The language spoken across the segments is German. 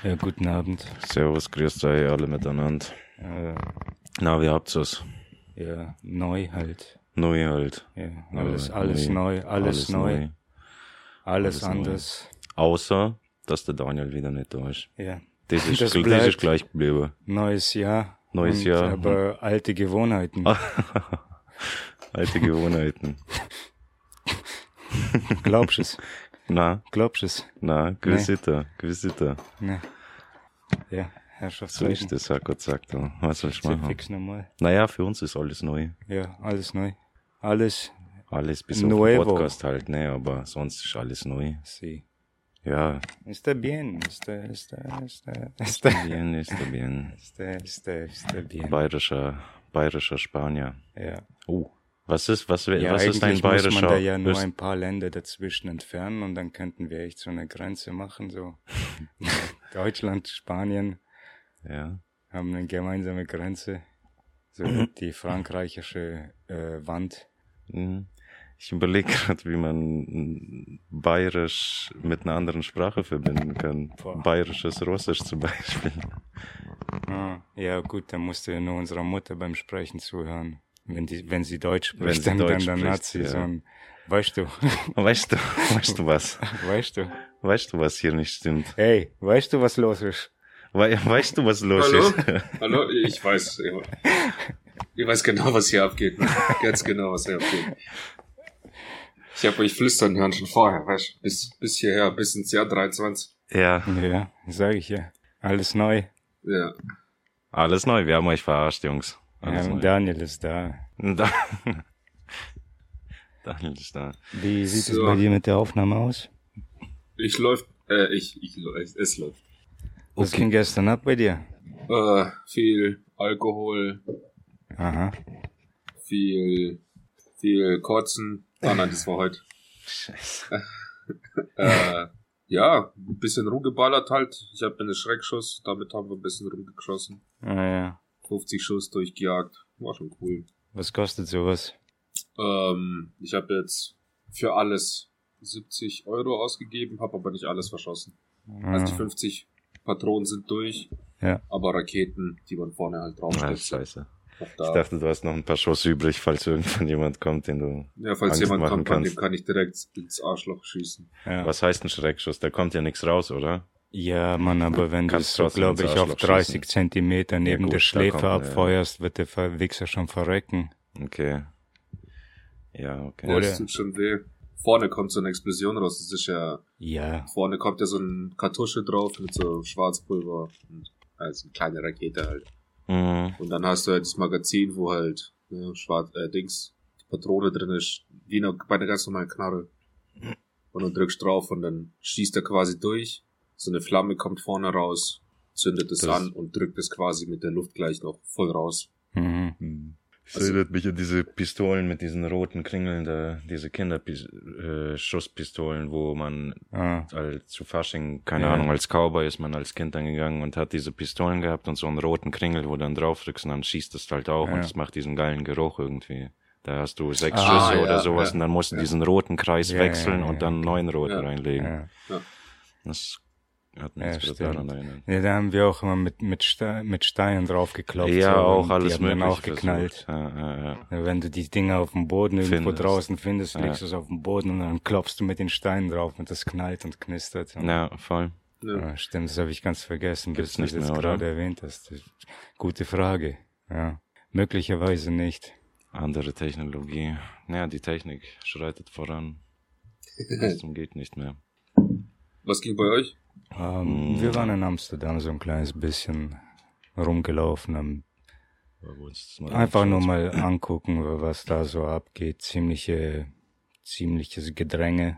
Ja, guten Abend. Servus, grüßt euch alle miteinander. Na, wie habt's es? Ja, neu halt. Neu halt. Ja, alles neu, alles anders. Außer, dass der Daniel wieder nicht da ist. Ja. Das ist gleich geblieben. Neues Jahr. Neues Jahr. Aber alte Gewohnheiten. Alte Gewohnheiten. Glaubst du es? Na, Glaubst du es? na, gewiss nicht. Ne. Ja, So Herrschaftszeiten. ist das, hat Gott gesagt. Was soll ich machen? Fix nochmal. Naja, für uns ist alles neu. Ja, alles neu. Alles. Alles bis auf den Nuevo. Podcast halt, ne, aber sonst ist alles neu. Sí. Ja, Está bien. Está bien, ist bien. bayerischer Spanier. Ja. Was ist Ja, was ist ein eigentlich muss bayerischer? man da ja nur Öst- ein paar Länder dazwischen entfernen und dann könnten wir echt so eine Grenze machen, so. Deutschland, Spanien Ja. haben eine gemeinsame Grenze. So die frankreichische Wand. Mhm. Ich überlege gerade, wie man Bayerisch mit einer anderen Sprache verbinden kann. Boah. Bayerisches Russisch zum Beispiel. Ja gut, dann musst du ja nur unserer Mutter beim Sprechen zuhören. Wenn sie Deutsch spricht, Wenn sie dann Deutsch der spricht, Nazi, ja. so ein, weißt du, Weißt du was? Weißt du, was hier nicht stimmt? hey, weißt du, was los ist? Weißt du, was los Hallo? ist? Hallo? Ich weiß genau, was hier abgeht. Ne? Ganz genau, was hier abgeht. Ich habe euch flüstern hören schon vorher, weißt du? Bis hierher, bis ins Jahr 23. Ja, Ja, sag ich ja. Alles neu. Ja. alles neu. Wir haben euch verarscht, Jungs. Alles Ja, neu. und Daniel ist da. Daniel ist da. Wie sieht es So. bei dir mit der Aufnahme aus? Es läuft. Was ging gestern ab bei dir? Viel Alkohol, Aha. viel Kotzen. Nein, das war heute. Scheiße. Ja, ein bisschen rumgeballert halt. Ich habe einen Schreckschuss, damit haben wir ein bisschen rumgeschossen. Ah ja. 50 Schuss durchgejagt. War schon cool. Was kostet sowas? Ich habe jetzt für alles 70 Euro ausgegeben, habe aber nicht alles verschossen. Also die 50 Patronen sind durch, Ja. aber Raketen, die man vorne halt Ah, draufstellt, scheiße. noch Ich da. dachte, du hast noch ein paar Schuss übrig, falls irgendwann jemand kommt, den du... Ja, falls Angst jemand machen kommt, an kannst. dem kann ich direkt ins Arschloch schießen. Ja. Was heißt ein Schreckschuss? Da kommt ja nichts raus, oder? Ja, Mann, aber wenn du Kannst es so, trotzdem glaube ins ich, auf Arschloch 30 schießen. Zentimeter neben gut, der da Schläfe kommt, ja. abfeuerst, wird der Wichser schon verrecken. Okay. Ja, okay. Ja, Oder- das tut schon weh. Vorne kommt so eine Explosion raus. Das ist ja, Ja. vorne kommt ja so ein Kartusche drauf mit so Schwarzpulver. Und, also eine kleine Rakete halt. Mhm. Und dann hast du halt das Magazin, wo halt die Patrone drin ist, wie bei einer ganz normalen Knarre. Und du drückst drauf und dann schießt er quasi durch. So eine Flamme kommt vorne raus, zündet es Das- an und drückt es quasi mit der Luft gleich noch voll raus. Mhm. Das erinnert mich an diese Pistolen mit diesen roten Kringeln, diese Kinderschusspistolen, wo man Ah. zu Fasching, keine Ja. Ahnung, als Cowboy ist man als Kind dann gegangen und hat diese Pistolen gehabt und so einen roten Kringel, wo du dann drauf drückst und dann schießt es halt auch Ja. und es macht diesen geilen Geruch irgendwie. Da hast du 6 Ah, Schüsse ja, oder sowas ja. und dann musst du diesen roten Kreis Ja, wechseln ja, ja, und dann einen neuen roten Ja. reinlegen. Ja. Das hat mich Ja, jetzt wieder stimmt. daran erinnert. Ja, da haben wir auch immer mit Steinen draufgeklopft. Ja, so, auch und alles die haben dann mögliche auch geknallt. versucht. Ja. Ja, wenn du die Dinger auf dem Boden irgendwo Findest. draußen findest, Ja. legst du es auf den Boden und dann klopfst du mit den Steinen drauf und das knallt und knistert. Und, Ja, voll. Ja. ja, stimmt, das habe ich ganz vergessen, Gibt's bis du das nicht jetzt mehr, oder? gerade erwähnt hast. Gute Frage. Ja, möglicherweise nicht. Andere Technologie. Ja, die Technik schreitet voran. Das geht nicht mehr. Was ging bei euch? Wir waren in Amsterdam so ein kleines bisschen rumgelaufen, haben einfach nur mal angucken, was da so abgeht. Ziemliches Gedränge.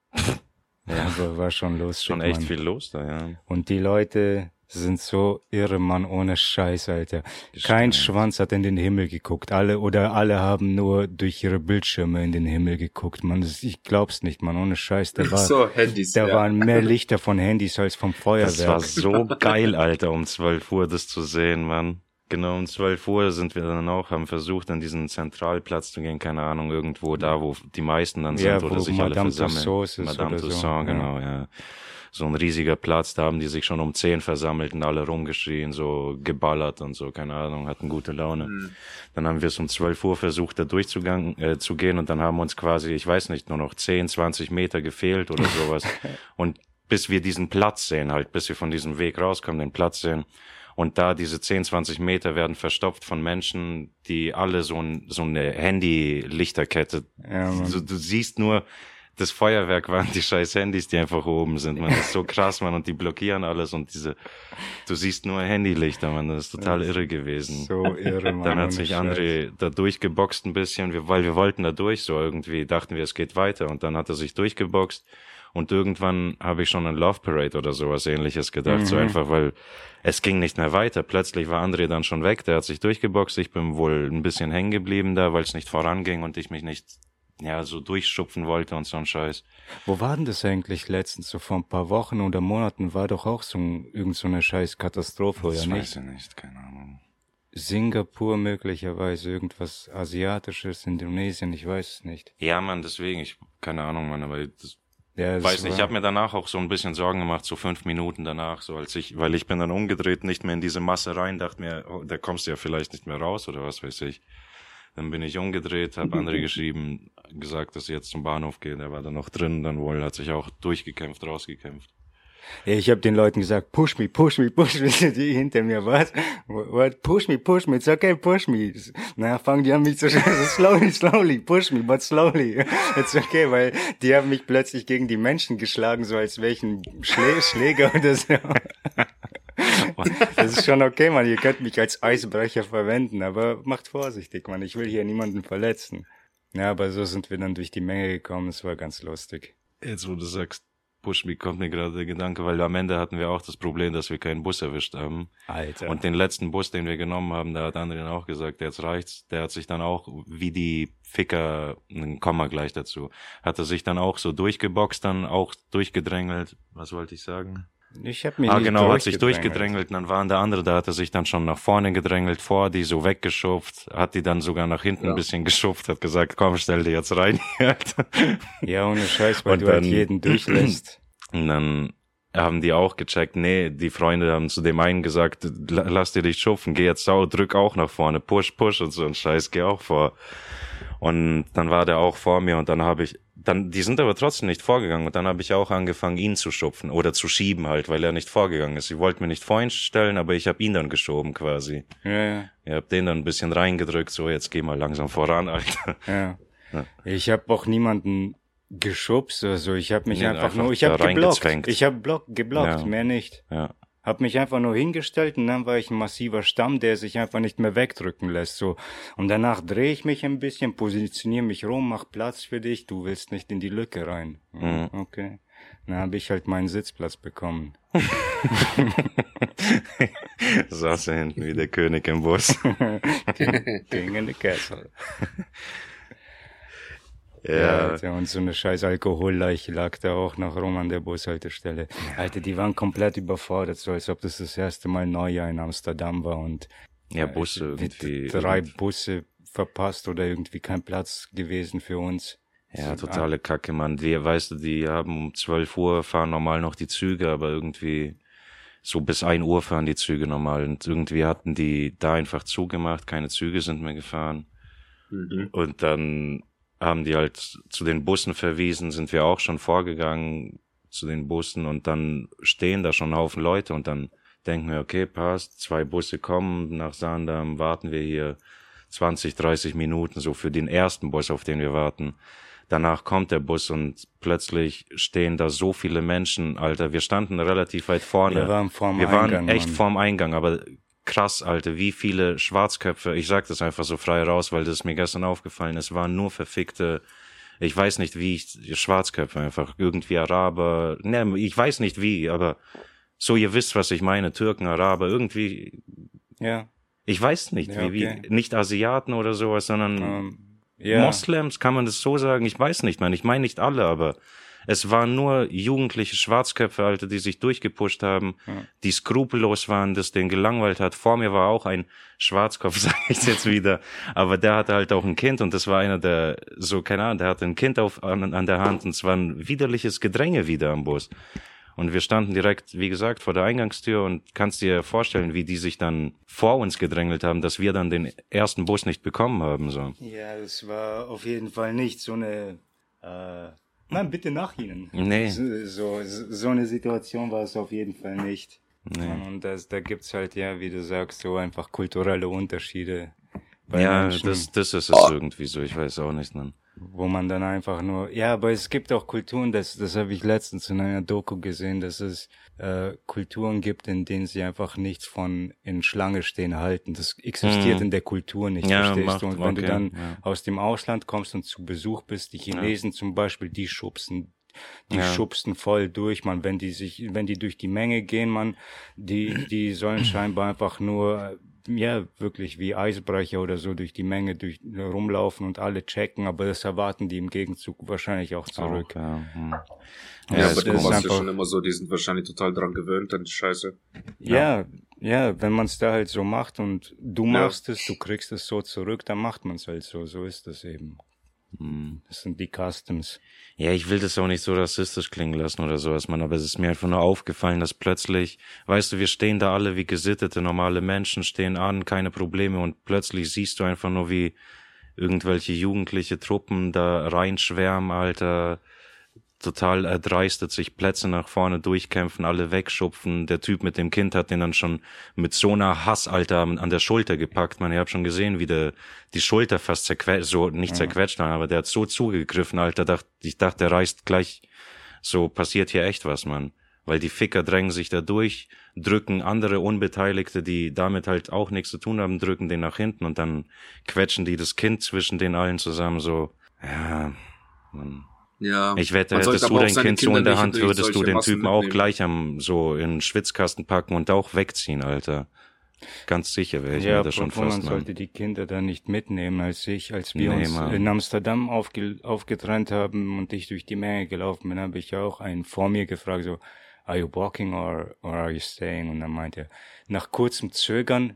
Ja, aber war schon lustig. Schon echt Mann. viel los da, ja. Und die Leute sind so irre, Mann, ohne Scheiß, Alter. Kein Stimmt. Schwanz hat in den Himmel geguckt. Alle haben nur durch ihre Bildschirme in den Himmel geguckt, Mann. Ich glaub's nicht, Mann, ohne Scheiß. Da Handys. waren mehr Lichter von Handys als vom Feuerwerk. Das war so geil, Alter, um 12 Uhr das zu sehen, Mann. Genau, um 12 Uhr sind wir dann auch, haben versucht, an diesen Zentralplatz zu gehen, keine Ahnung, irgendwo da, wo die meisten dann sind Ja, oder wo sich alle Madame versammeln. Tussauds ist Madame oder so, Tussauds, ja. genau, ja. so ein riesiger Platz, da haben die sich schon um 10 versammelt und alle rumgeschrien, so geballert und so, keine Ahnung, hatten gute Laune. Dann haben wir es um 12 Uhr versucht, da zu gehen und dann haben uns quasi, ich weiß nicht, nur noch 10, 20 Meter gefehlt oder sowas. Und bis wir diesen Platz sehen halt, bis wir von diesem Weg rauskommen, den Platz sehen. Und da diese 10, 20 Meter werden verstopft von Menschen, die alle so eine Handy-Lichterkette, du siehst nur, das Feuerwerk waren die scheiß Handys, die einfach oben sind, man. Das ist so krass, man. Und die blockieren alles und du siehst nur Handylichter, man. Das ist total irre gewesen. So irre, man. Dann hat sich André da durchgeboxt ein bisschen, weil wir wollten da durch, so irgendwie dachten wir, es geht weiter. Und dann hat er sich durchgeboxt. Und irgendwann habe ich schon an Love Parade oder sowas Ähnliches gedacht, so einfach, weil es ging nicht mehr weiter. Plötzlich war André dann schon weg, der hat sich durchgeboxt. Ich bin wohl ein bisschen hängen geblieben da, weil es nicht voranging und ich mich nicht so durchschupfen wollte und so ein Scheiß. Wo war denn das eigentlich letztens? So vor ein paar Wochen oder Monaten war doch auch irgend so eine scheiß Katastrophe, oder nicht? Das weiß ich nicht, keine Ahnung. Singapur möglicherweise, irgendwas Asiatisches, Indonesien, ich weiß es nicht. Ja, Mann, deswegen, keine Ahnung, Mann, aber das weiß nicht, ich habe mir danach auch so ein bisschen Sorgen gemacht, so 5 Minuten danach, so weil ich bin dann umgedreht, nicht mehr in diese Masse rein, dachte mir, da kommst du ja vielleicht nicht mehr raus oder was weiß ich. Dann bin ich umgedreht, habe André geschrieben, gesagt, dass ich jetzt zum Bahnhof gehe. Der war dann noch drin, dann wohl hat sich auch rausgekämpft. Ja, ich habe den Leuten gesagt, push me, die hinter mir, was? What? Push me, it's okay, push me. Na, fangen die an mich zu schreien, slowly, push me, but slowly. It's okay, weil die haben mich plötzlich gegen die Menschen geschlagen, so als welchen Schläger oder so. Das ist schon okay, Mann, ihr könnt mich als Eisbrecher verwenden, aber macht vorsichtig, Mann, ich will hier niemanden verletzen. Ja, aber so sind wir dann durch die Menge gekommen, es war ganz lustig. Jetzt, wo du sagst, push me, kommt mir gerade der Gedanke, weil am Ende hatten wir auch das Problem, dass wir keinen Bus erwischt haben. Alter. Und den letzten Bus, den wir genommen haben, da hat André auch gesagt, jetzt reicht's, der hat sich dann auch, wie die Ficker, ein Komma gleich dazu, hat er sich dann auch so durchgeboxt, dann auch durchgedrängelt, was wollte ich sagen? Ich hab mich hat sich durchgedrängelt und dann waren der andere, da hat er sich dann schon nach vorne gedrängelt, vor die so weggeschupft, hat die dann sogar nach hinten ein bisschen geschupft, hat gesagt, komm, stell dir jetzt rein. Ja, ohne Scheiß, weil du halt jeden durchlässt. Und dann haben die auch gecheckt, nee, die Freunde haben zu dem einen gesagt, lass dir dich schupfen, geh jetzt drück auch nach vorne, push und so ein Scheiß, geh auch vor. Und dann war der auch vor mir und die sind aber trotzdem nicht vorgegangen und dann habe ich auch angefangen, ihn zu schupfen oder zu schieben halt, weil er nicht vorgegangen ist. Sie wollten mir nicht vor ihn stellen, aber ich habe ihn dann geschoben quasi. Ja. Ich habe den dann ein bisschen reingedrückt, so jetzt geh mal langsam voran, Alter. Ja. Ich habe auch niemanden geschubst oder so, ich habe mich ich habe geblockt. Ich habe geblockt, mehr nicht. Ja. Hab mich einfach nur hingestellt und dann war ich ein massiver Stamm, der sich einfach nicht mehr wegdrücken lässt, so. Und danach drehe ich mich ein bisschen, positioniere mich rum, mach Platz für dich, du willst nicht in die Lücke rein. Okay. Dann habe ich halt meinen Sitzplatz bekommen. Saß er hinten wie der König im Bus. King in the Castle. Ja. Und so eine scheiß Alkoholleiche lag da auch noch rum an der Bushaltestelle. Alter, die waren komplett überfordert, so als ob das erste Mal Neujahr in Amsterdam war und Busse irgendwie. 3 Busse verpasst oder irgendwie kein Platz gewesen für uns. Ja, totale Kacke, Mann. Die haben um 12 Uhr fahren normal noch die Züge, aber irgendwie so bis 1 Uhr fahren die Züge normal und irgendwie hatten die da einfach zugemacht, keine Züge sind mehr gefahren. Und dann haben die halt zu den Bussen verwiesen, sind wir auch schon vorgegangen zu den Bussen und dann stehen da schon ein Haufen Leute und dann denken wir, okay, passt, 2 Busse kommen nach Zaandam, warten wir hier 20, 30 Minuten so für den ersten Bus, auf den wir warten. Danach kommt der Bus und plötzlich stehen da so viele Menschen, Alter, wir standen relativ weit vorne. Wir waren echt vorm Eingang, aber krass, Alter, wie viele Schwarzköpfe, ich sag das einfach so frei raus, weil das ist mir gestern aufgefallen, es waren nur verfickte, ich weiß nicht wie, Schwarzköpfe einfach, irgendwie Araber, ne, ich weiß nicht wie, aber so, ihr wisst, was ich meine, Türken, Araber, irgendwie, ja, ich weiß nicht, wie, nicht Asiaten oder sowas, sondern Moslems, kann man das so sagen, ich weiß nicht, man, ich meine nicht alle, aber es waren nur jugendliche Schwarzköpfe, Alter, die sich durchgepusht haben, die skrupellos waren, das den gelangweilt hat. Vor mir war auch ein Schwarzkopf, sag ich jetzt wieder, aber der hatte halt auch ein Kind und das war einer, der so, keine Ahnung, der hatte ein Kind an der Hand und es war ein widerliches Gedränge wieder am Bus. Und wir standen direkt, wie gesagt, vor der Eingangstür und kannst dir vorstellen, wie die sich dann vor uns gedrängelt haben, dass wir dann den ersten Bus nicht bekommen haben, so. Ja, das war auf jeden Fall nicht so eine, nein, bitte nach Ihnen. Nee. So eine Situation war es auf jeden Fall nicht. Nee. Und da gibt's halt, ja, wie du sagst, so einfach kulturelle Unterschiede. Ja, Menschen, das ist es irgendwie so, ich weiß auch nicht, ne? Wo man dann einfach nur, ja, aber es gibt auch Kulturen, das habe ich letztens in einer Doku gesehen, dass es Kulturen gibt, in denen sie einfach nichts von in Schlange stehen halten. Das existiert in der Kultur nicht, verstehst du? Und wenn du dann aus dem Ausland kommst und zu Besuch bist, die Chinesen zum Beispiel, die schubsen voll durch, man, wenn die durch die Menge gehen, man, die sollen scheinbar einfach nur, ja, wirklich wie Eisbrecher oder so durch die Menge rumlaufen und alle checken, aber das erwarten die im Gegenzug wahrscheinlich auch zurück. Ja, aber das ist ja schon immer so, die sind wahrscheinlich total dran gewöhnt an die Scheiße. Ja, wenn man es da halt so macht und du machst es, du kriegst es so zurück, dann macht man es halt so ist das eben. Das sind die Customs. Ja, ich will das auch nicht so rassistisch klingen lassen oder sowas, Mann, aber es ist mir einfach nur aufgefallen, dass plötzlich, weißt du, wir stehen da alle wie gesittete, normale Menschen, stehen an, keine Probleme und plötzlich siehst du einfach nur, wie irgendwelche jugendliche Truppen da reinschwärmen, Alter, total erdreistet, sich Plätze nach vorne durchkämpfen, alle wegschupfen. Der Typ mit dem Kind hat den dann schon mit so einer Hass, Alter, an der Schulter gepackt. Man, ich hab schon gesehen, wie die Schulter fast zerquetscht war, aber der hat so zugegriffen, Alter, ich dachte, der reißt gleich, so passiert hier echt was, Mann. Weil die Ficker drängen sich da durch, drücken andere Unbeteiligte, die damit halt auch nichts zu tun haben, drücken den nach hinten und dann quetschen die das Kind zwischen den allen zusammen, so, ja, Mann. Ja, ich wette, hättest du dein Kind so in der Hand, würdest du den Typen auch gleich so in den Schwitzkasten packen und auch wegziehen, Alter. Ganz sicher wäre ich mir das schon fast. Man sollte die Kinder da nicht mitnehmen, als wir uns in Amsterdam aufgetrennt haben und ich durch die Menge gelaufen bin, habe ich auch einen vor mir gefragt, so, are you walking or are you staying? Und dann meinte er, nach kurzem Zögern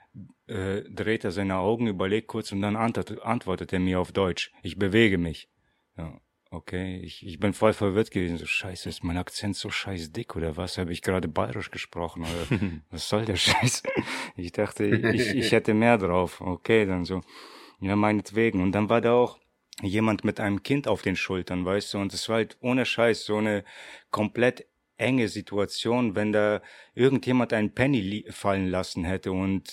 dreht er seine Augen, überlegt kurz und dann antwortet er mir auf Deutsch, ich bewege mich. Ja. Okay, ich bin voll verwirrt gewesen. So, scheiße, ist mein Akzent so scheiß dick oder was? Habe ich gerade bayerisch gesprochen oder was soll der Scheiß? Ich dachte, ich hätte mehr drauf. Okay, dann so, ja, meinetwegen. Und dann war da auch jemand mit einem Kind auf den Schultern, weißt du? Und es war halt ohne Scheiß so eine komplett enge Situation, wenn da irgendjemand einen Penny fallen lassen hätte und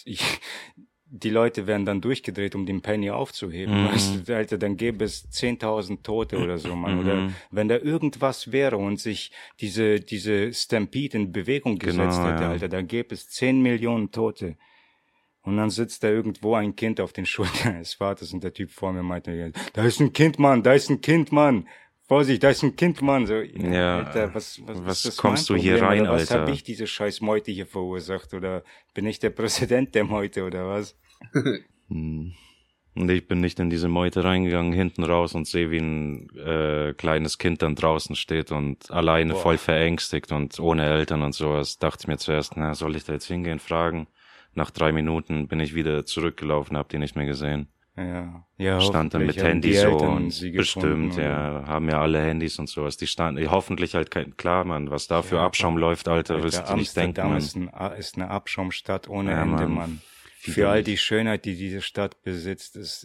die Leute werden dann durchgedreht, um den Penny aufzuheben. Weißt du, Alter, dann gäbe es 10.000 Tote oder so, Mann. Oder wenn da irgendwas wäre und sich diese Stampede in Bewegung gesetzt hätte, Alter, dann gäbe es 10 Millionen Tote. Und dann sitzt da irgendwo ein Kind auf den Schultern des Vaters und der Typ vor mir meinte, da ist ein Kind, Mann, da ist ein Kind, Mann. Vorsicht, da ist ein Kind, Mann. So, ja, Alter, was kommst du hier rein, oder was Alter? Habe ich diese scheiß Meute hier verursacht? Oder bin ich der Präsident der Meute, oder was? Und ich bin nicht in diese Meute reingegangen, hinten raus und sehe, wie ein kleines Kind dann draußen steht und alleine voll verängstigt und ohne Eltern und sowas. Dachte ich mir zuerst, soll ich da jetzt hingehen, fragen? Nach 3 Minuten bin ich wieder zurückgelaufen, hab die nicht mehr gesehen. Ja, stand dann mit Handy so und bestimmt, haben ja alle Handys und sowas. Die standen, hoffentlich halt klar, Mann, was da für Abschaum läuft, Alter, wirst du nicht denken, Mann. Amsterdam ist eine Abschaumstadt ohne Ende, Mann. Für all die Schönheit, die diese Stadt besitzt, ist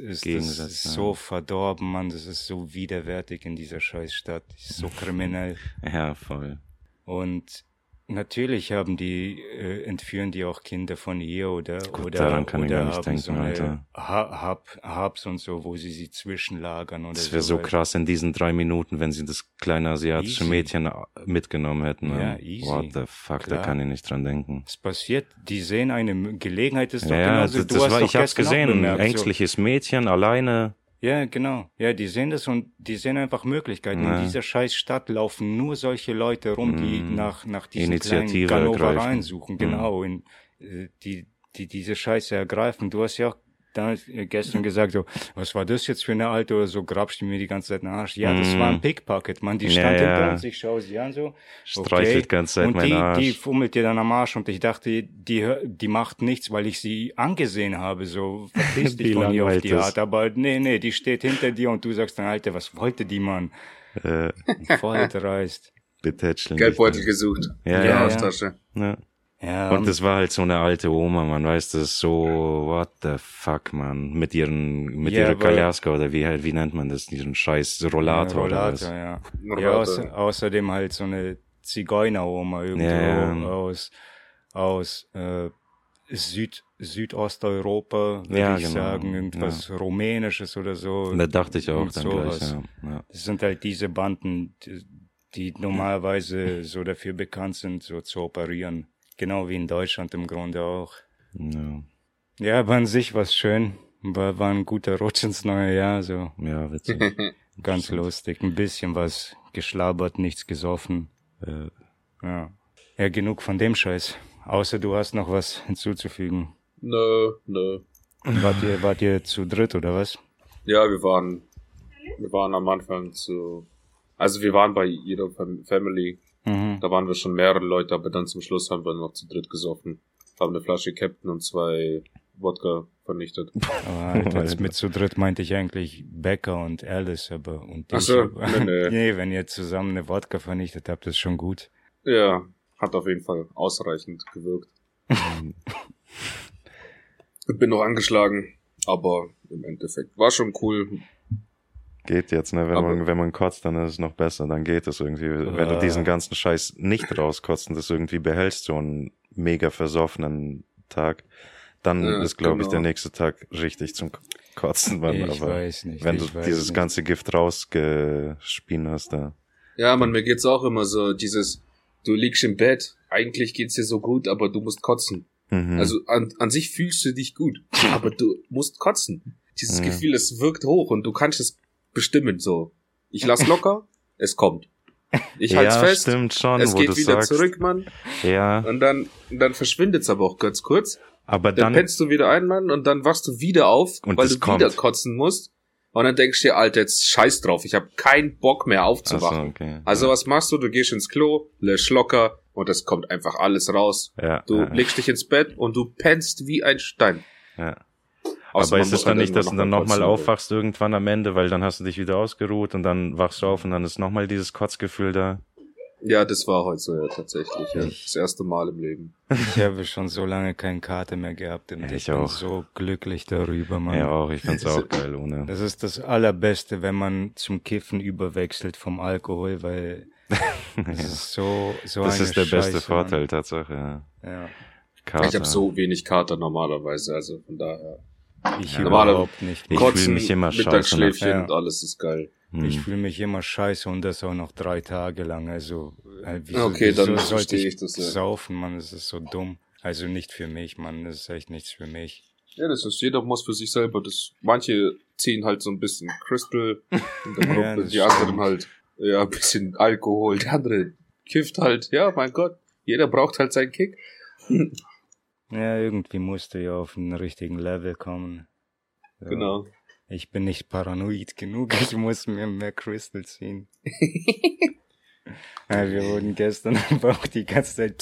so verdorben, Mann, das ist so widerwärtig in dieser Scheißstadt, ist so kriminell. Ja, voll. Und natürlich entführen die auch Kinder von ihr oder daran kann ich gar nicht haben denken, so eine Alter. Hubs und so, wo sie zwischenlagern oder so. Das wäre so krass in diesen 3 Minuten, wenn sie das kleine asiatische Mädchen mitgenommen hätten. Ja, easy. What the fuck, klar. Da kann ich nicht dran denken. Es passiert, die sehen eine Gelegenheit, ist doch genauso, ich hab's gesehen, ein ängstliches Mädchen, alleine. Ja, genau. Ja, die sehen das und die sehen einfach Möglichkeiten. In dieser scheiß Stadt laufen nur solche Leute rum, die nach diesen kleinen Ganovereien suchen. Genau, die diese Scheiße ergreifen. Du hast ja auch gestern gesagt, so, was war das jetzt für eine Alte oder so, grabst du mir die ganze Zeit in den Arsch. Ja, das war ein Pickpocket, Mann. Die stand hinter uns, ich schaue sie an, so. Streichelt ganze Zeit meinen Arsch. Und die fummelt dir dann am Arsch und ich dachte, die macht nichts, weil ich sie angesehen habe, so, verpiss dich von ihr auf die Art. Aber nee, die steht hinter dir und du sagst dann, Alter, was wollte die, Mann? Voll dreist. betätscheln. Geldbeutel gesucht. Ja. Austasche. Ja. Ja, Und das war halt so eine alte Oma, man weiß das so, what the fuck, man, mit ihrer Kaliaska oder wie nennt man das, diesen scheiß Rollator oder was? Ja. Rollator. Ja, außerdem halt so eine Zigeuneroma irgendwo aus Südosteuropa, würde ich sagen, irgendwas Rumänisches oder so. Da dachte ich auch dann sowas. gleich, ja. Das sind halt diese Banden, die normalerweise so dafür bekannt sind, so zu operieren. Genau wie in Deutschland im Grunde auch. Ja, aber an sich war's schön. War ein guter Rutsch ins neue Jahr, so. Ja, witzig. Ganz lustig. Ein bisschen was geschlabbert, nichts gesoffen. Ja, genug von dem Scheiß. Außer du hast noch was hinzuzufügen. Nö. Wart ihr zu dritt oder was? Ja, wir waren am Anfang also wir waren bei jeder Family. Da waren wir schon mehrere Leute, aber dann zum Schluss haben wir noch zu dritt gesoffen. Haben eine Flasche Captain und 2 Wodka vernichtet. Aber halt, jetzt mit zu dritt meinte ich eigentlich Becker und Alice, und ach so, nee. Nee, wenn ihr zusammen eine Wodka vernichtet habt, ist schon gut. Ja, hat auf jeden Fall ausreichend gewirkt. Ich bin noch angeschlagen, aber im Endeffekt war schon cool. Geht jetzt, ne? Wenn man kotzt, dann ist es noch besser, dann geht es irgendwie. Wenn du diesen ganzen Scheiß nicht rauskotzt und das irgendwie behältst, so einen mega versoffenen Tag, dann ist, glaube ich, der nächste Tag richtig zum Kotzen. Weiß nicht. Wenn du dieses ganze Gift rausgespien hast, da. Ja, man, mir geht's auch immer so, du liegst im Bett, eigentlich geht's dir so gut, aber du musst kotzen. Also an sich fühlst du dich gut, aber du musst kotzen. Dieses Gefühl, es wirkt hoch und du kannst es bestimmen, so. Ich lass locker, es kommt. Ich halt's fest, stimmt schon, es wo geht du wieder sagst. zurück, Mann. Ja. Und dann verschwindet's aber auch ganz kurz. Aber Dann dann pennst du wieder ein, Mann, und dann wachst du wieder auf, und weil du wieder kommt. kotzen musst. Und dann denkst du dir, Alter, jetzt scheiß drauf, ich habe keinen Bock mehr aufzuwachen. Ach so, okay. Also was machst du? Du gehst ins Klo, lösch locker und es kommt einfach alles raus. Ja, Du legst dich ins Bett und du pennst wie ein Stein. Ja. Außer Aber man ist es muss dann halt nicht, dass du dann irgendwann nochmal kotzen, aufwachst irgendwann am Ende, weil dann hast du dich wieder ausgeruht und dann wachst du auf und dann ist nochmal dieses Kotzgefühl da? Ja, das war heute so, ja, tatsächlich. Ja. Das erste Mal im Leben. Ich habe schon so lange keinen Kater mehr gehabt und ich bin auch. so glücklich darüber, Mann. Ja, auch. Ich find's auch geil, ohne. Das ist das Allerbeste, wenn man zum Kiffen überwechselt vom Alkohol, weil das ist so Das eine ist der beste Scheiße, Vorteil, Mann. Tatsache, ja. Ja. Kater. Ich habe so wenig Kater normalerweise, also von daher. Ich Normaler- überhaupt nicht. Ich Kotzen, fühl mich immer scheiße Mittagsschläfchen nach- und alles ist geil. Ich fühle mich immer scheiße und das auch noch 3 Tage lang. Also, Okay, dann sollte verstehe ich das, ja. saufen, Mann? Das ist so dumm. Also nicht für mich, Mann. Das ist echt nichts für mich. Ja, das ist, jeder muss für sich selber, manche ziehen halt so ein bisschen Crystal in der Gruppe, Ja, das die anderen stimmt. halt, ja, ein bisschen Alkohol, der andere kifft halt, ja, mein Gott, jeder braucht halt seinen Kick. Ja, irgendwie musste ja auf einen richtigen Level kommen. Ja. Genau. Ich bin nicht paranoid genug, ich muss mir mehr Crystal ziehen. Ja, wir wurden gestern aber auch die ganze Zeit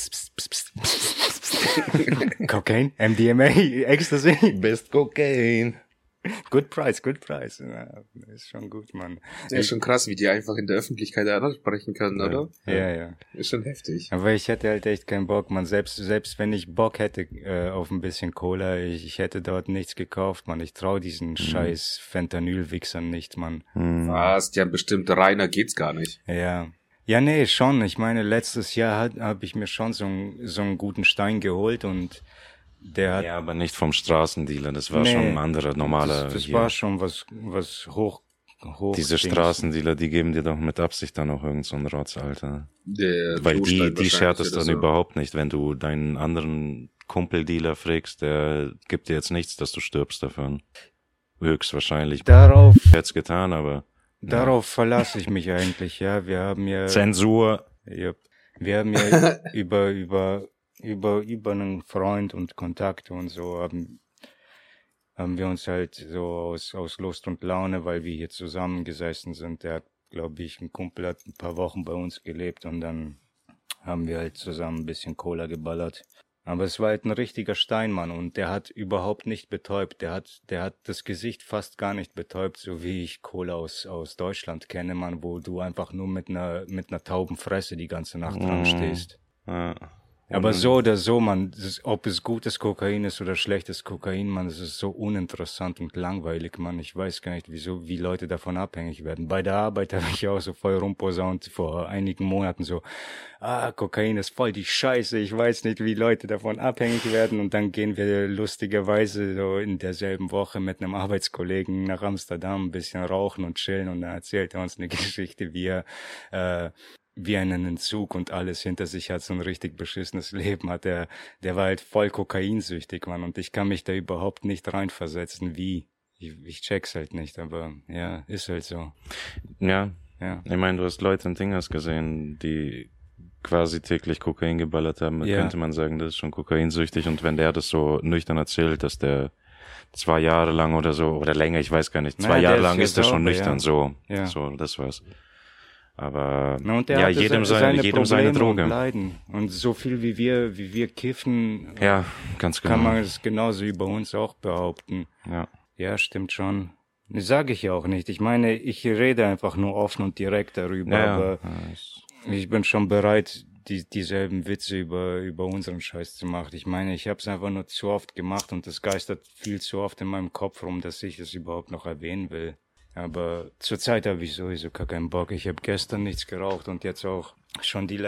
Cocaine, MDMA, Ecstasy, Best Cocaine. good price. Ja, ist schon gut, Mann. Ja, ist schon krass, wie die einfach in der Öffentlichkeit ansprechen können, oder? Ja. Ist schon heftig. Aber ich hätte halt echt keinen Bock, man. Selbst wenn ich Bock hätte auf ein bisschen Cola, ich hätte dort nichts gekauft, man. Ich trau diesen scheiß Fentanyl-Wichsern nicht, man. Was? Die haben bestimmt reiner geht's gar nicht. Ja. Ja, nee, schon. Ich meine, letztes Jahr hab ich mir schon so einen guten Stein geholt und der hat... Ja, aber nicht vom Straßendealer, das war Nee, schon ein anderer, normaler. Das hier. war schon was hoch Diese Dings. Straßendealer, die geben dir doch mit Absicht dann auch irgend so einen Rotz, Alter. Der Weil Klostein die schert es wahrscheinlich dann oder so. überhaupt nicht, wenn du deinen anderen Kumpeldealer fragst, der gibt dir jetzt nichts, dass du stirbst davon. Höchstwahrscheinlich. Darauf Jetzt getan, aber verlasse ich mich eigentlich, ja. Wir haben ja... Zensur. Yep. Wir haben ja über einen Freund und Kontakte und so haben wir uns halt so aus Lust und Laune, weil wir hier zusammengesessen sind. Der hat, glaube ich, ein Kumpel hat ein paar Wochen bei uns gelebt und dann haben wir halt zusammen ein bisschen Cola geballert. Aber es war halt ein richtiger Steinmann und der hat überhaupt nicht betäubt. Der hat das Gesicht fast gar nicht betäubt, so wie ich Kohle aus Deutschland kenne, Mann, wo du einfach nur mit einer tauben Fresse die ganze Nacht dran stehst. Ja. Aber so oder so, man, ob es gutes Kokain ist oder schlechtes Kokain, man, es ist so uninteressant und langweilig, man. Ich weiß gar nicht, wie Leute davon abhängig werden. Bei der Arbeit habe ich auch so voll rumposaunt vor einigen Monaten so, Kokain ist voll die Scheiße, ich weiß nicht, wie Leute davon abhängig werden. Und dann gehen wir lustigerweise so in derselben Woche mit einem Arbeitskollegen nach Amsterdam ein bisschen rauchen und chillen und dann erzählt er uns eine Geschichte, wie einen Entzug und alles hinter sich hat, so ein richtig beschissenes Leben hat. Der war halt voll kokainsüchtig, Mann, und ich kann mich da überhaupt nicht reinversetzen, wie. Ich check's halt nicht, aber ja, ist halt so. Ja. Ich meine, du hast Leute in Dingers gesehen, die quasi täglich Kokain geballert haben, könnte man sagen, das ist schon kokainsüchtig, und wenn der das so nüchtern erzählt, dass der 2 Jahre lang oder so, oder länger, ich weiß gar nicht, 2 Jahre lang ist der schon nüchtern, so, das war's. Aber jedem seine Droge. Und Leiden. Und so viel wie wir kiffen, ganz genau, kann man es genauso über uns auch behaupten. Ja, stimmt schon. Das sage ich ja auch nicht. Ich meine, ich rede einfach nur offen und direkt darüber, aber ich bin schon bereit, dieselben Witze über unseren Scheiß zu machen. Ich meine, ich habe es einfach nur zu oft gemacht und das geistert viel zu oft in meinem Kopf rum, dass ich es überhaupt noch erwähnen will. Aber zurzeit habe ich sowieso gar keinen Bock. Ich habe gestern nichts geraucht und jetzt auch schon die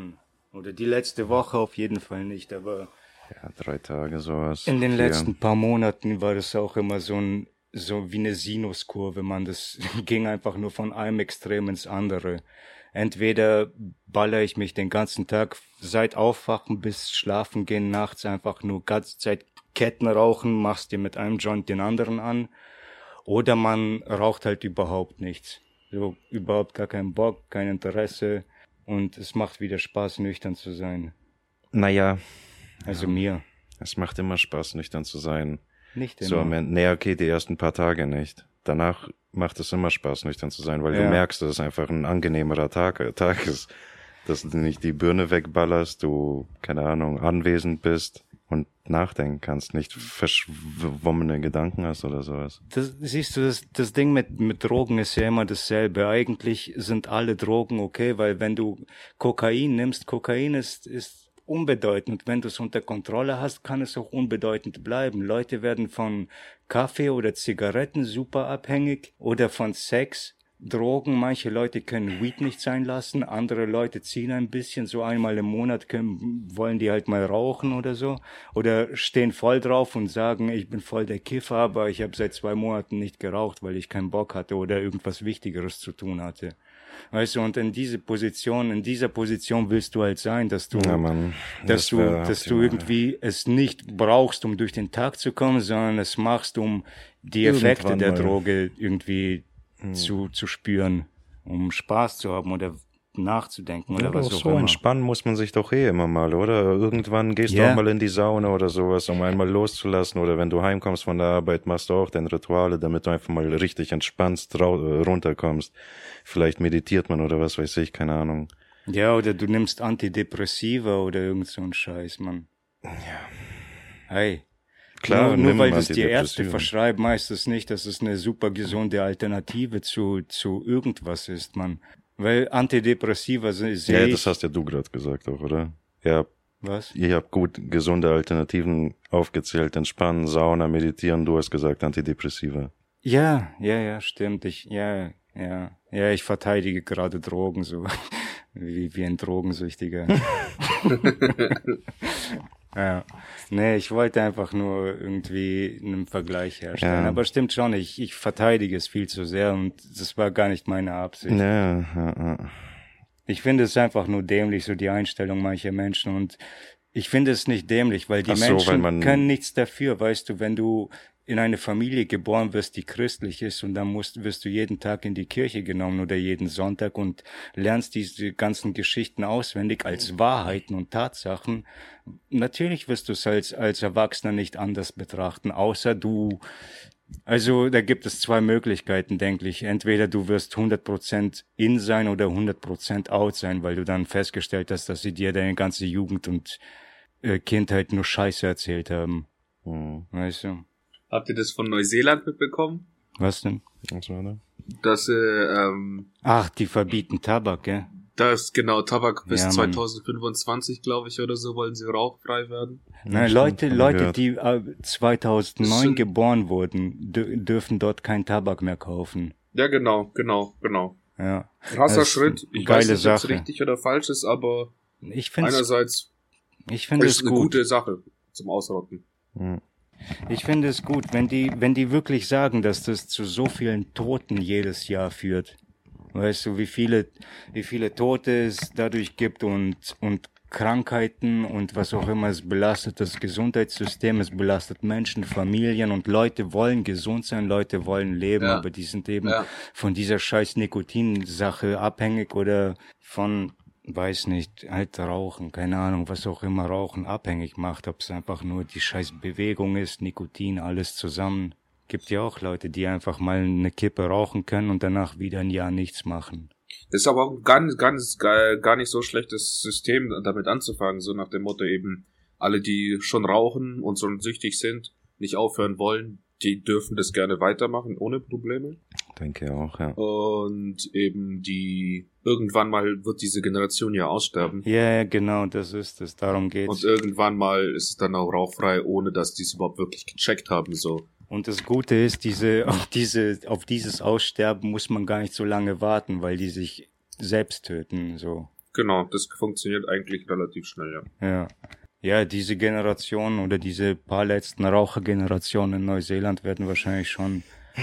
letzte Woche auf jeden Fall nicht, aber 3 Tage sowas. In den letzten paar Monaten war das auch immer so wie eine Sinuskurve, man. Das ging einfach nur von einem Extrem ins andere. Entweder baller ich mich den ganzen Tag seit Aufwachen bis Schlafen gehen nachts einfach nur ganze Zeit Ketten rauchen, machst dir mit einem Joint den anderen an. Oder man raucht halt überhaupt nichts. So überhaupt gar keinen Bock, kein Interesse. Und es macht wieder Spaß, nüchtern zu sein. Naja. Also mir. Es macht immer Spaß, nüchtern zu sein. Nicht immer. So, okay, die ersten paar Tage nicht. Danach macht es immer Spaß, nüchtern zu sein, weil du merkst, dass es einfach ein angenehmerer Tag ist. Dass du nicht die Birne wegballerst, du, keine Ahnung, anwesend bist und nachdenken kannst, nicht verschwommene Gedanken hast oder sowas. Siehst du, das Ding mit Drogen ist ja immer dasselbe. Eigentlich sind alle Drogen okay, weil wenn du Kokain nimmst, Kokain ist unbedeutend. Wenn du es unter Kontrolle hast, kann es auch unbedeutend bleiben. Leute werden von Kaffee oder Zigaretten super abhängig oder von Sex. Drogen, manche Leute können Weed nicht sein lassen, andere Leute ziehen ein bisschen, so einmal im Monat wollen die halt mal rauchen oder so, oder stehen voll drauf und sagen, ich bin voll der Kiffer, aber ich habe seit 2 Monaten nicht geraucht, weil ich keinen Bock hatte oder irgendwas Wichtigeres zu tun hatte. Weißt du, und in dieser Position willst du halt sein, dass du irgendwie es nicht brauchst, um durch den Tag zu kommen, sondern es machst, um die Effekte der Droge irgendwie zu spüren, um Spaß zu haben oder nachzudenken oder was auch so immer. Entspannen muss man sich doch immer mal, oder? Irgendwann gehst du auch mal in die Sauna oder sowas, um einmal loszulassen, oder wenn du heimkommst von der Arbeit, machst du auch deine Rituale, damit du einfach mal richtig entspannst, runterkommst. Vielleicht meditiert man oder was weiß ich, keine Ahnung. Ja, oder du nimmst Antidepressiva oder irgend so ein Scheiß, Mann. Ja. Hey. Klar, nur weil das die Ärzte verschreiben, heißt das nicht, dass es eine super gesunde Alternative zu irgendwas ist, Mann. Weil Antidepressiva Ja, das hast ja du gerade gesagt auch, oder? Ja. Was? Ihr habt gut gesunde Alternativen aufgezählt. Entspannen, Sauna, meditieren. Du hast gesagt Antidepressiva. Ja, stimmt. Ich verteidige gerade Drogen so. wie ein Drogensüchtiger. Ja. Nee, ich wollte einfach nur irgendwie einen Vergleich herstellen. Ja. Aber stimmt schon, ich verteidige es viel zu sehr und das war gar nicht meine Absicht. Ja. Ich finde es einfach nur dämlich, so die Einstellung mancher Menschen, und ich finde es nicht dämlich, weil die Menschen können nichts dafür, weißt du, wenn du in eine Familie geboren wirst, die christlich ist, und dann wirst du jeden Tag in die Kirche genommen oder jeden Sonntag und lernst diese ganzen Geschichten auswendig als Wahrheiten und Tatsachen. Natürlich wirst du es als Erwachsener nicht anders betrachten, außer also da gibt es 2 Möglichkeiten, denke ich. Entweder du wirst 100% in sein oder 100% out sein, weil du dann festgestellt hast, dass sie dir deine ganze Jugend und Kindheit nur Scheiße erzählt haben. Weißt du? Habt ihr das von Neuseeland mitbekommen? Was denn? Was war da? Dass Ach, die verbieten Tabak, gell? das genau Tabak bis Ja, 2025, glaube ich, oder so, wollen sie rauchfrei werden. Na, Leute, die 2009 geboren wurden, dürfen dort keinen Tabak mehr kaufen. Ja, genau. Ja. Krasser Das ist Schritt. Ich geile weiß nicht, ob es Sache. richtig oder falsch ist, aber Ich finde einerseits es ist es eine gut. gute Sache zum Ausrotten. Ich finde es gut, wenn die wirklich sagen, dass das zu so vielen Toten jedes Jahr führt. Weißt du, wie viele Tote es dadurch gibt und Krankheiten und was auch immer. Es belastet das Gesundheitssystem, es belastet Menschen, Familien und Leute wollen gesund sein, Leute wollen leben, aber die sind eben von dieser scheiß Nikotin-Sache abhängig oder von, weiß nicht, halt Rauchen, keine Ahnung, was auch immer Rauchen abhängig macht, ob es einfach nur die scheiß Bewegung ist, Nikotin, alles zusammen. Gibt ja auch Leute, die einfach mal eine Kippe rauchen können und danach wieder ein Jahr nichts machen. Das ist aber auch gar nicht so schlechtes System, damit anzufangen, so nach dem Motto eben, alle, die schon rauchen und schon süchtig sind, nicht aufhören wollen, die dürfen das gerne weitermachen, ohne Probleme. Denke auch, ja. Und eben irgendwann mal wird diese Generation ja aussterben. Ja, genau, das ist es, darum geht's. Und irgendwann mal ist es dann auch rauchfrei, ohne dass die es überhaupt wirklich gecheckt haben, so. Und das Gute ist, auf dieses Aussterben muss man gar nicht so lange warten, weil die sich selbst töten, so. Genau, das funktioniert eigentlich relativ schnell, ja. Ja. Ja, diese Generation oder diese paar letzten Rauchergenerationen in Neuseeland werden wahrscheinlich schon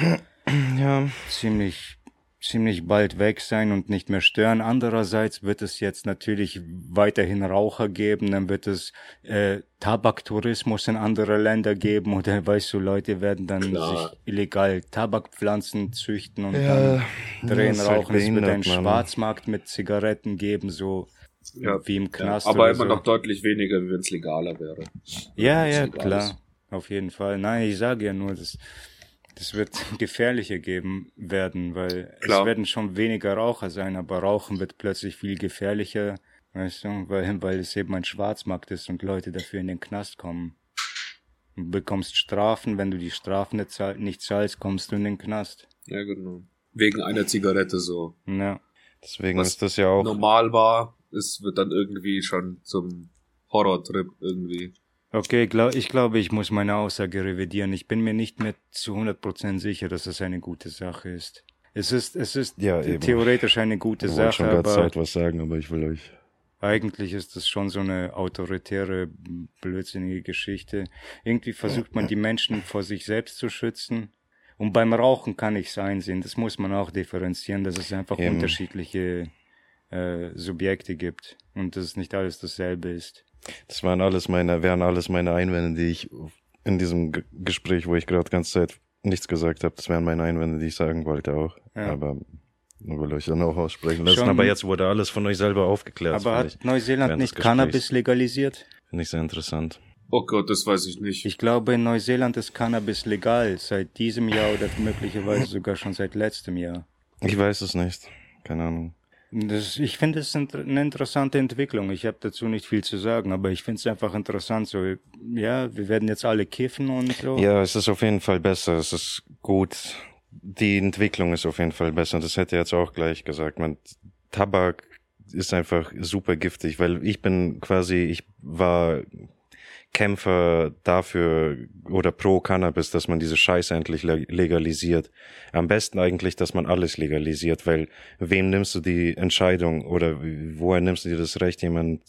ziemlich bald weg sein und nicht mehr stören. Andererseits wird es jetzt natürlich weiterhin Raucher geben, dann wird es Tabaktourismus in andere Länder geben oder weißt du, Leute werden dann sich illegal Tabakpflanzen züchten und dann drehen rauchen. Es wird einen Schwarzmarkt mit Zigaretten geben, so wie im Knast. Aber oder immer so. noch deutlich weniger, wenn es legaler wäre. Ja, klar. Auf jeden Fall. Nein, ich sage ja nur, das wird gefährlicher werden, weil es werden schon weniger Raucher sein, aber Rauchen wird plötzlich viel gefährlicher, weißt du, weil es eben ein Schwarzmarkt ist und Leute dafür in den Knast kommen. Du bekommst Strafen, wenn du die Strafen nicht zahlst, kommst du in den Knast. Ja, genau. Wegen einer Zigarette so. Ja. Deswegen ist das ja auch normal war, es wird dann irgendwie schon zum Horrortrip irgendwie. Okay, ich glaube, ich muss meine Aussage revidieren. Ich bin mir nicht mehr zu 100% sicher, dass es eine gute Sache ist. Es ist theoretisch eine gute Sache, schon aber Zeit was sagen, aber ich will euch. Eigentlich ist es schon so eine autoritäre, blödsinnige Geschichte. Irgendwie versucht man die Menschen vor sich selbst zu schützen. Und beim Rauchen kann ich es einsehen. Das muss man auch differenzieren, dass es einfach unterschiedliche Subjekte gibt und dass es nicht alles dasselbe ist. Das wären alles meine Einwände, die ich in diesem Gespräch, wo ich gerade die ganze Zeit nichts gesagt habe, das wären meine Einwände, die ich sagen wollte auch. Ja. Aber will euch dann auch aussprechen lassen. Aber jetzt wurde alles von euch selber aufgeklärt. Aber hat Neuseeland nicht Cannabis legalisiert? Finde ich sehr interessant. Oh Gott, das weiß ich nicht. Ich glaube, in Neuseeland ist Cannabis legal, seit diesem Jahr oder möglicherweise sogar schon seit letztem Jahr. Ich weiß es nicht. Keine Ahnung. Ich finde es eine interessante Entwicklung. Ich habe dazu nicht viel zu sagen, aber ich finde es einfach interessant. So, ja, wir werden jetzt alle kiffen und so. Ja, es ist auf jeden Fall besser. Es ist gut. Die Entwicklung ist auf jeden Fall besser. Das hätte ich jetzt auch gleich gesagt. Tabak ist einfach super giftig, weil ich war Kämpfer dafür oder pro Cannabis, dass man diese Scheiße endlich legalisiert. Am besten eigentlich, dass man alles legalisiert, weil wem nimmst du die Entscheidung oder woher nimmst du dir das Recht, jemand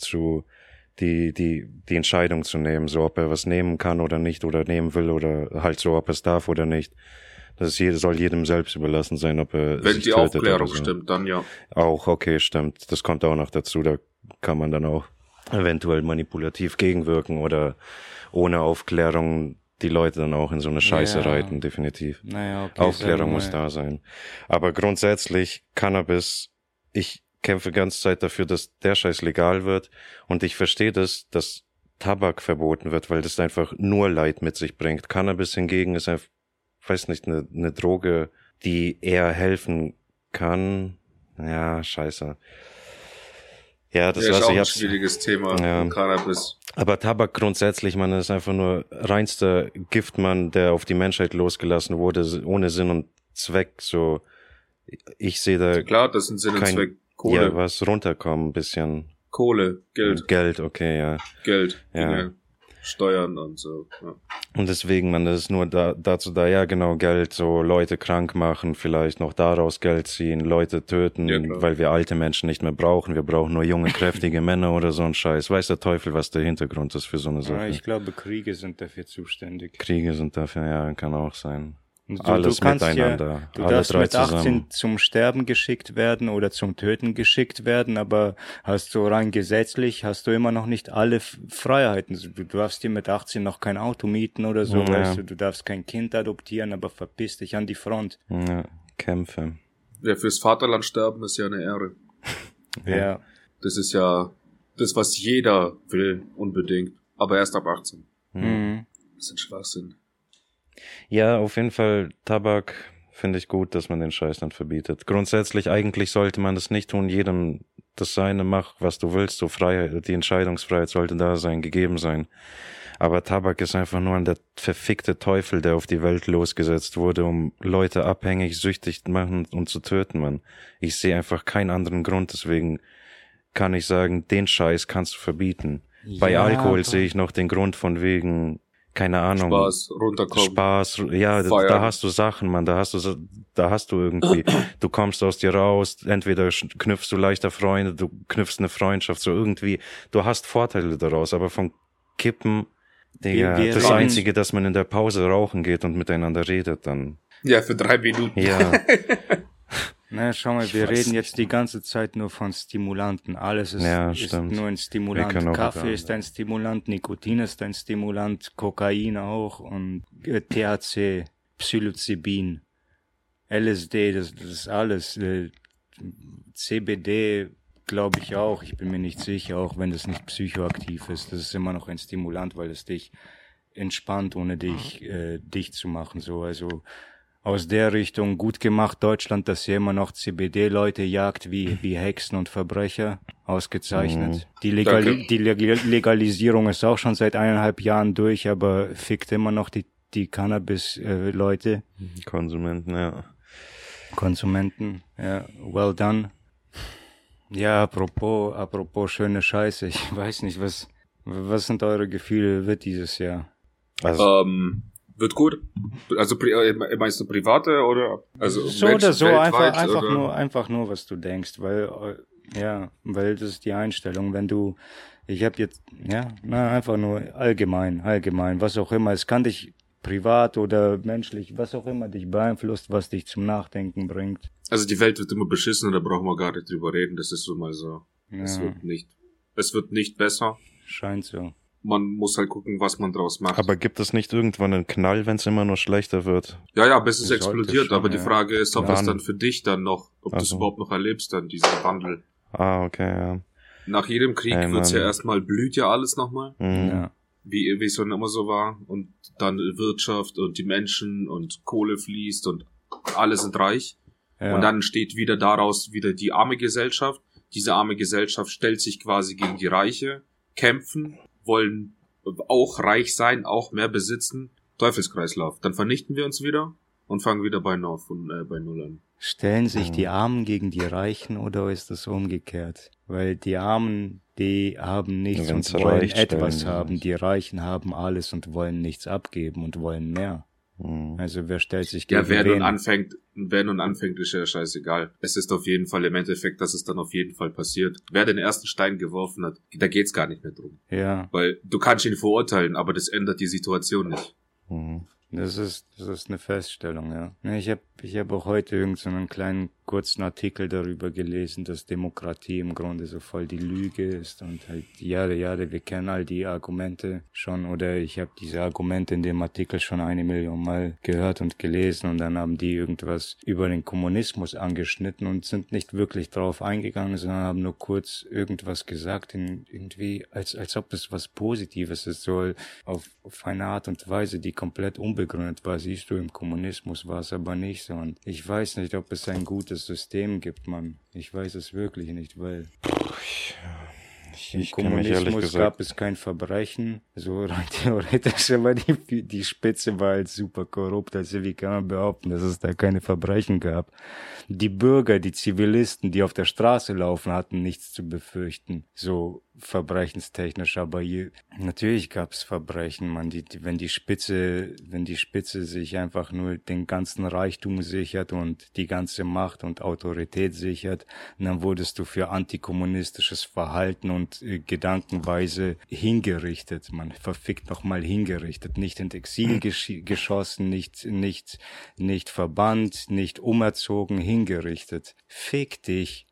die Entscheidung zu nehmen, so ob er was nehmen kann oder nicht oder nehmen will oder halt so, ob er es darf oder nicht. Soll jedem selbst überlassen sein, ob er wenn sich die tötet Aufklärung oder so. stimmt, dann ja. Auch, okay, stimmt. Das kommt auch noch dazu, da kann man dann auch eventuell manipulativ gegenwirken oder ohne Aufklärung die Leute dann auch in so eine Scheiße reiten, definitiv. Naja, okay, Aufklärung muss da sein. Aber grundsätzlich, Cannabis, ich kämpfe die ganze Zeit dafür, dass der Scheiß legal wird und ich verstehe das, dass Tabak verboten wird, weil das einfach nur Leid mit sich bringt. Cannabis hingegen ist einfach, weiß nicht, eine Droge, die eher helfen kann. Ja, scheiße. Ja, das ist lasse auch ich ein jetzt. schwieriges Thema, Ja. Cannabis. Aber Tabak grundsätzlich, man, ist einfach nur reinster Giftmann, der auf die Menschheit losgelassen wurde, ohne Sinn und Zweck. So, ich sehe da klar, das sind Sinn und Zweck. Kohle. Ja, was runterkommen, ein bisschen. Kohle, Geld. Geld, okay, ja. Geld, ja. Dinge, Steuern und so. Ja. Und deswegen, man, das ist nur dazu da, ja genau, Geld, so Leute krank machen, vielleicht noch daraus Geld ziehen, Leute töten, ja, weil wir alte Menschen nicht mehr brauchen. Wir brauchen nur junge, kräftige Männer oder so ein Scheiß. Weiß der Teufel, was der Hintergrund ist für so eine Sache. Ja, ich glaube, Kriege sind dafür zuständig. Kriege sind dafür, ja, kann auch sein. Alles miteinander. Ja, du darfst mit 18 zusammen zum Sterben geschickt werden oder zum Töten geschickt werden, aber hast du rein gesetzlich, hast du immer noch nicht alle Freiheiten. Du darfst dir mit 18 noch kein Auto mieten oder so, weißt du darfst kein Kind adoptieren, aber verpiss dich an die Front. Ja, Kämpfe. Ja, fürs Vaterland sterben ist ja eine Ehre. Ja. Das ist ja das, was jeder will, unbedingt, aber erst ab 18. Mhm. Das ist ein Schwachsinn. Ja, auf jeden Fall Tabak finde ich gut, dass man den Scheiß dann verbietet. Grundsätzlich eigentlich sollte man das nicht tun, jedem das Seine, mach, was du willst, so Freiheit, die Entscheidungsfreiheit sollte da sein, gegeben sein. Aber Tabak ist einfach nur der verfickte Teufel, der auf die Welt losgesetzt wurde, um Leute abhängig, süchtig zu machen und zu töten, Mann. Ich sehe einfach keinen anderen Grund, deswegen kann ich sagen, den Scheiß kannst du verbieten. Ja, bei Alkohol sehe ich noch den Grund von wegen, keine Ahnung. Spaß, runterkommen. Spaß, ja, da hast du Sachen, Mann, da hast du irgendwie, du kommst aus dir raus, entweder knüpfst du leichter Freunde, du knüpfst eine Freundschaft, so irgendwie, du hast Vorteile daraus, aber von Kippen, Digga, das Einzige, dass man in der Pause rauchen geht und miteinander redet, dann. Ja, für 3 Minuten. Ja. Na, schau mal, wir reden jetzt die ganze Zeit nur von Stimulanten. Alles ist nur ein Stimulant. Kaffee ist ein Stimulant, Nikotin ist ein Stimulant, Kokain auch und THC, Psilocybin, LSD, das ist alles. CBD, glaube ich auch. Ich bin mir nicht sicher, auch wenn das nicht psychoaktiv ist. Das ist immer noch ein Stimulant, weil es dich entspannt, ohne dich dicht zu machen. So, also aus der Richtung gut gemacht, Deutschland, dass hier immer noch CBD-Leute jagt wie Hexen und Verbrecher. Ausgezeichnet. Die Legalisierung ist auch schon seit 1,5 Jahren durch, aber fickt immer noch die Cannabis-Leute. Konsumenten, ja. Konsumenten, ja. Well done. Ja, apropos schöne Scheiße. Ich weiß nicht, was sind eure Gefühle, wird dieses Jahr? Also, wird gut. Also meinst du private oder also so Menschen oder so einfach nur was du denkst, weil das ist die Einstellung, einfach nur allgemein, was auch immer, es kann dich privat oder menschlich, was auch immer dich beeinflusst, was dich zum Nachdenken bringt. Also die Welt wird immer beschissen und da brauchen wir gar nicht drüber reden, das ist so mal so. Ja. Es wird nicht besser. Scheint so. Man muss halt gucken, was man draus macht. Aber gibt es nicht irgendwann einen Knall, wenn es immer nur schlechter wird? Ja, bis es explodiert. Schon, aber die Frage ist, ob das dann für dich dann noch, ob du es überhaupt noch erlebst, dann diesen Wandel. Ah, okay, ja. Nach jedem Krieg wird's ja erstmal, blüht ja alles nochmal. Mhm. Ja. Wie es schon immer so war. Und dann Wirtschaft und die Menschen und Kohle fließt und alle sind reich. Ja. Und dann steht wieder daraus wieder die arme Gesellschaft. Diese arme Gesellschaft stellt sich quasi gegen die Reiche, kämpfen, wollen auch reich sein, auch mehr besitzen. Teufelskreislauf. Dann vernichten wir uns wieder und fangen wieder bei Null an. Stellen sich die Armen gegen die Reichen oder ist das umgekehrt? Weil die Armen, die haben nichts und wollen etwas haben. Die Reichen haben alles und wollen nichts abgeben und wollen mehr. Also wer stellt sich gegen wen? Wer nun anfängt, ist ja scheißegal. Es ist auf jeden Fall im Endeffekt, dass es dann auf jeden Fall passiert. Wer den ersten Stein geworfen hat, da geht's gar nicht mehr drum. Ja. Weil du kannst ihn verurteilen, aber das ändert die Situation nicht. Das ist eine Feststellung, ja. Ich hab auch heute so einen kleinen kurzen Artikel darüber gelesen, dass Demokratie im Grunde so voll die Lüge ist und halt, wir kennen all die Argumente schon, oder ich habe diese Argumente in dem Artikel schon 1 Million Mal gehört und gelesen und dann haben die irgendwas über den Kommunismus angeschnitten und sind nicht wirklich drauf eingegangen, sondern haben nur kurz irgendwas gesagt, irgendwie, als ob es was Positives ist, so auf eine Art und Weise, die komplett unbegründet war. Siehst du, im Kommunismus war es aber nicht so. Und ich weiß nicht, ob es ein gutes System gibt, Mann. Ich weiß es wirklich nicht, weil... Im Kommunismus gab es kein Verbrechen, so rein theoretisch, aber die Spitze war halt super korrupt, also wie kann man behaupten, dass es da keine Verbrechen gab. Die Bürger, die Zivilisten, die auf der Straße laufen, hatten nichts zu befürchten, so verbrechenstechnisch, aber natürlich gab es Verbrechen, man, wenn die Spitze sich einfach nur den ganzen Reichtum sichert und die ganze Macht und Autorität sichert, dann wurdest du für antikommunistisches Verhalten und Gedankenweise hingerichtet, man verfickt nochmal hingerichtet, nicht ins Exil geschossen, nicht verbannt, nicht umerzogen, hingerichtet. Fick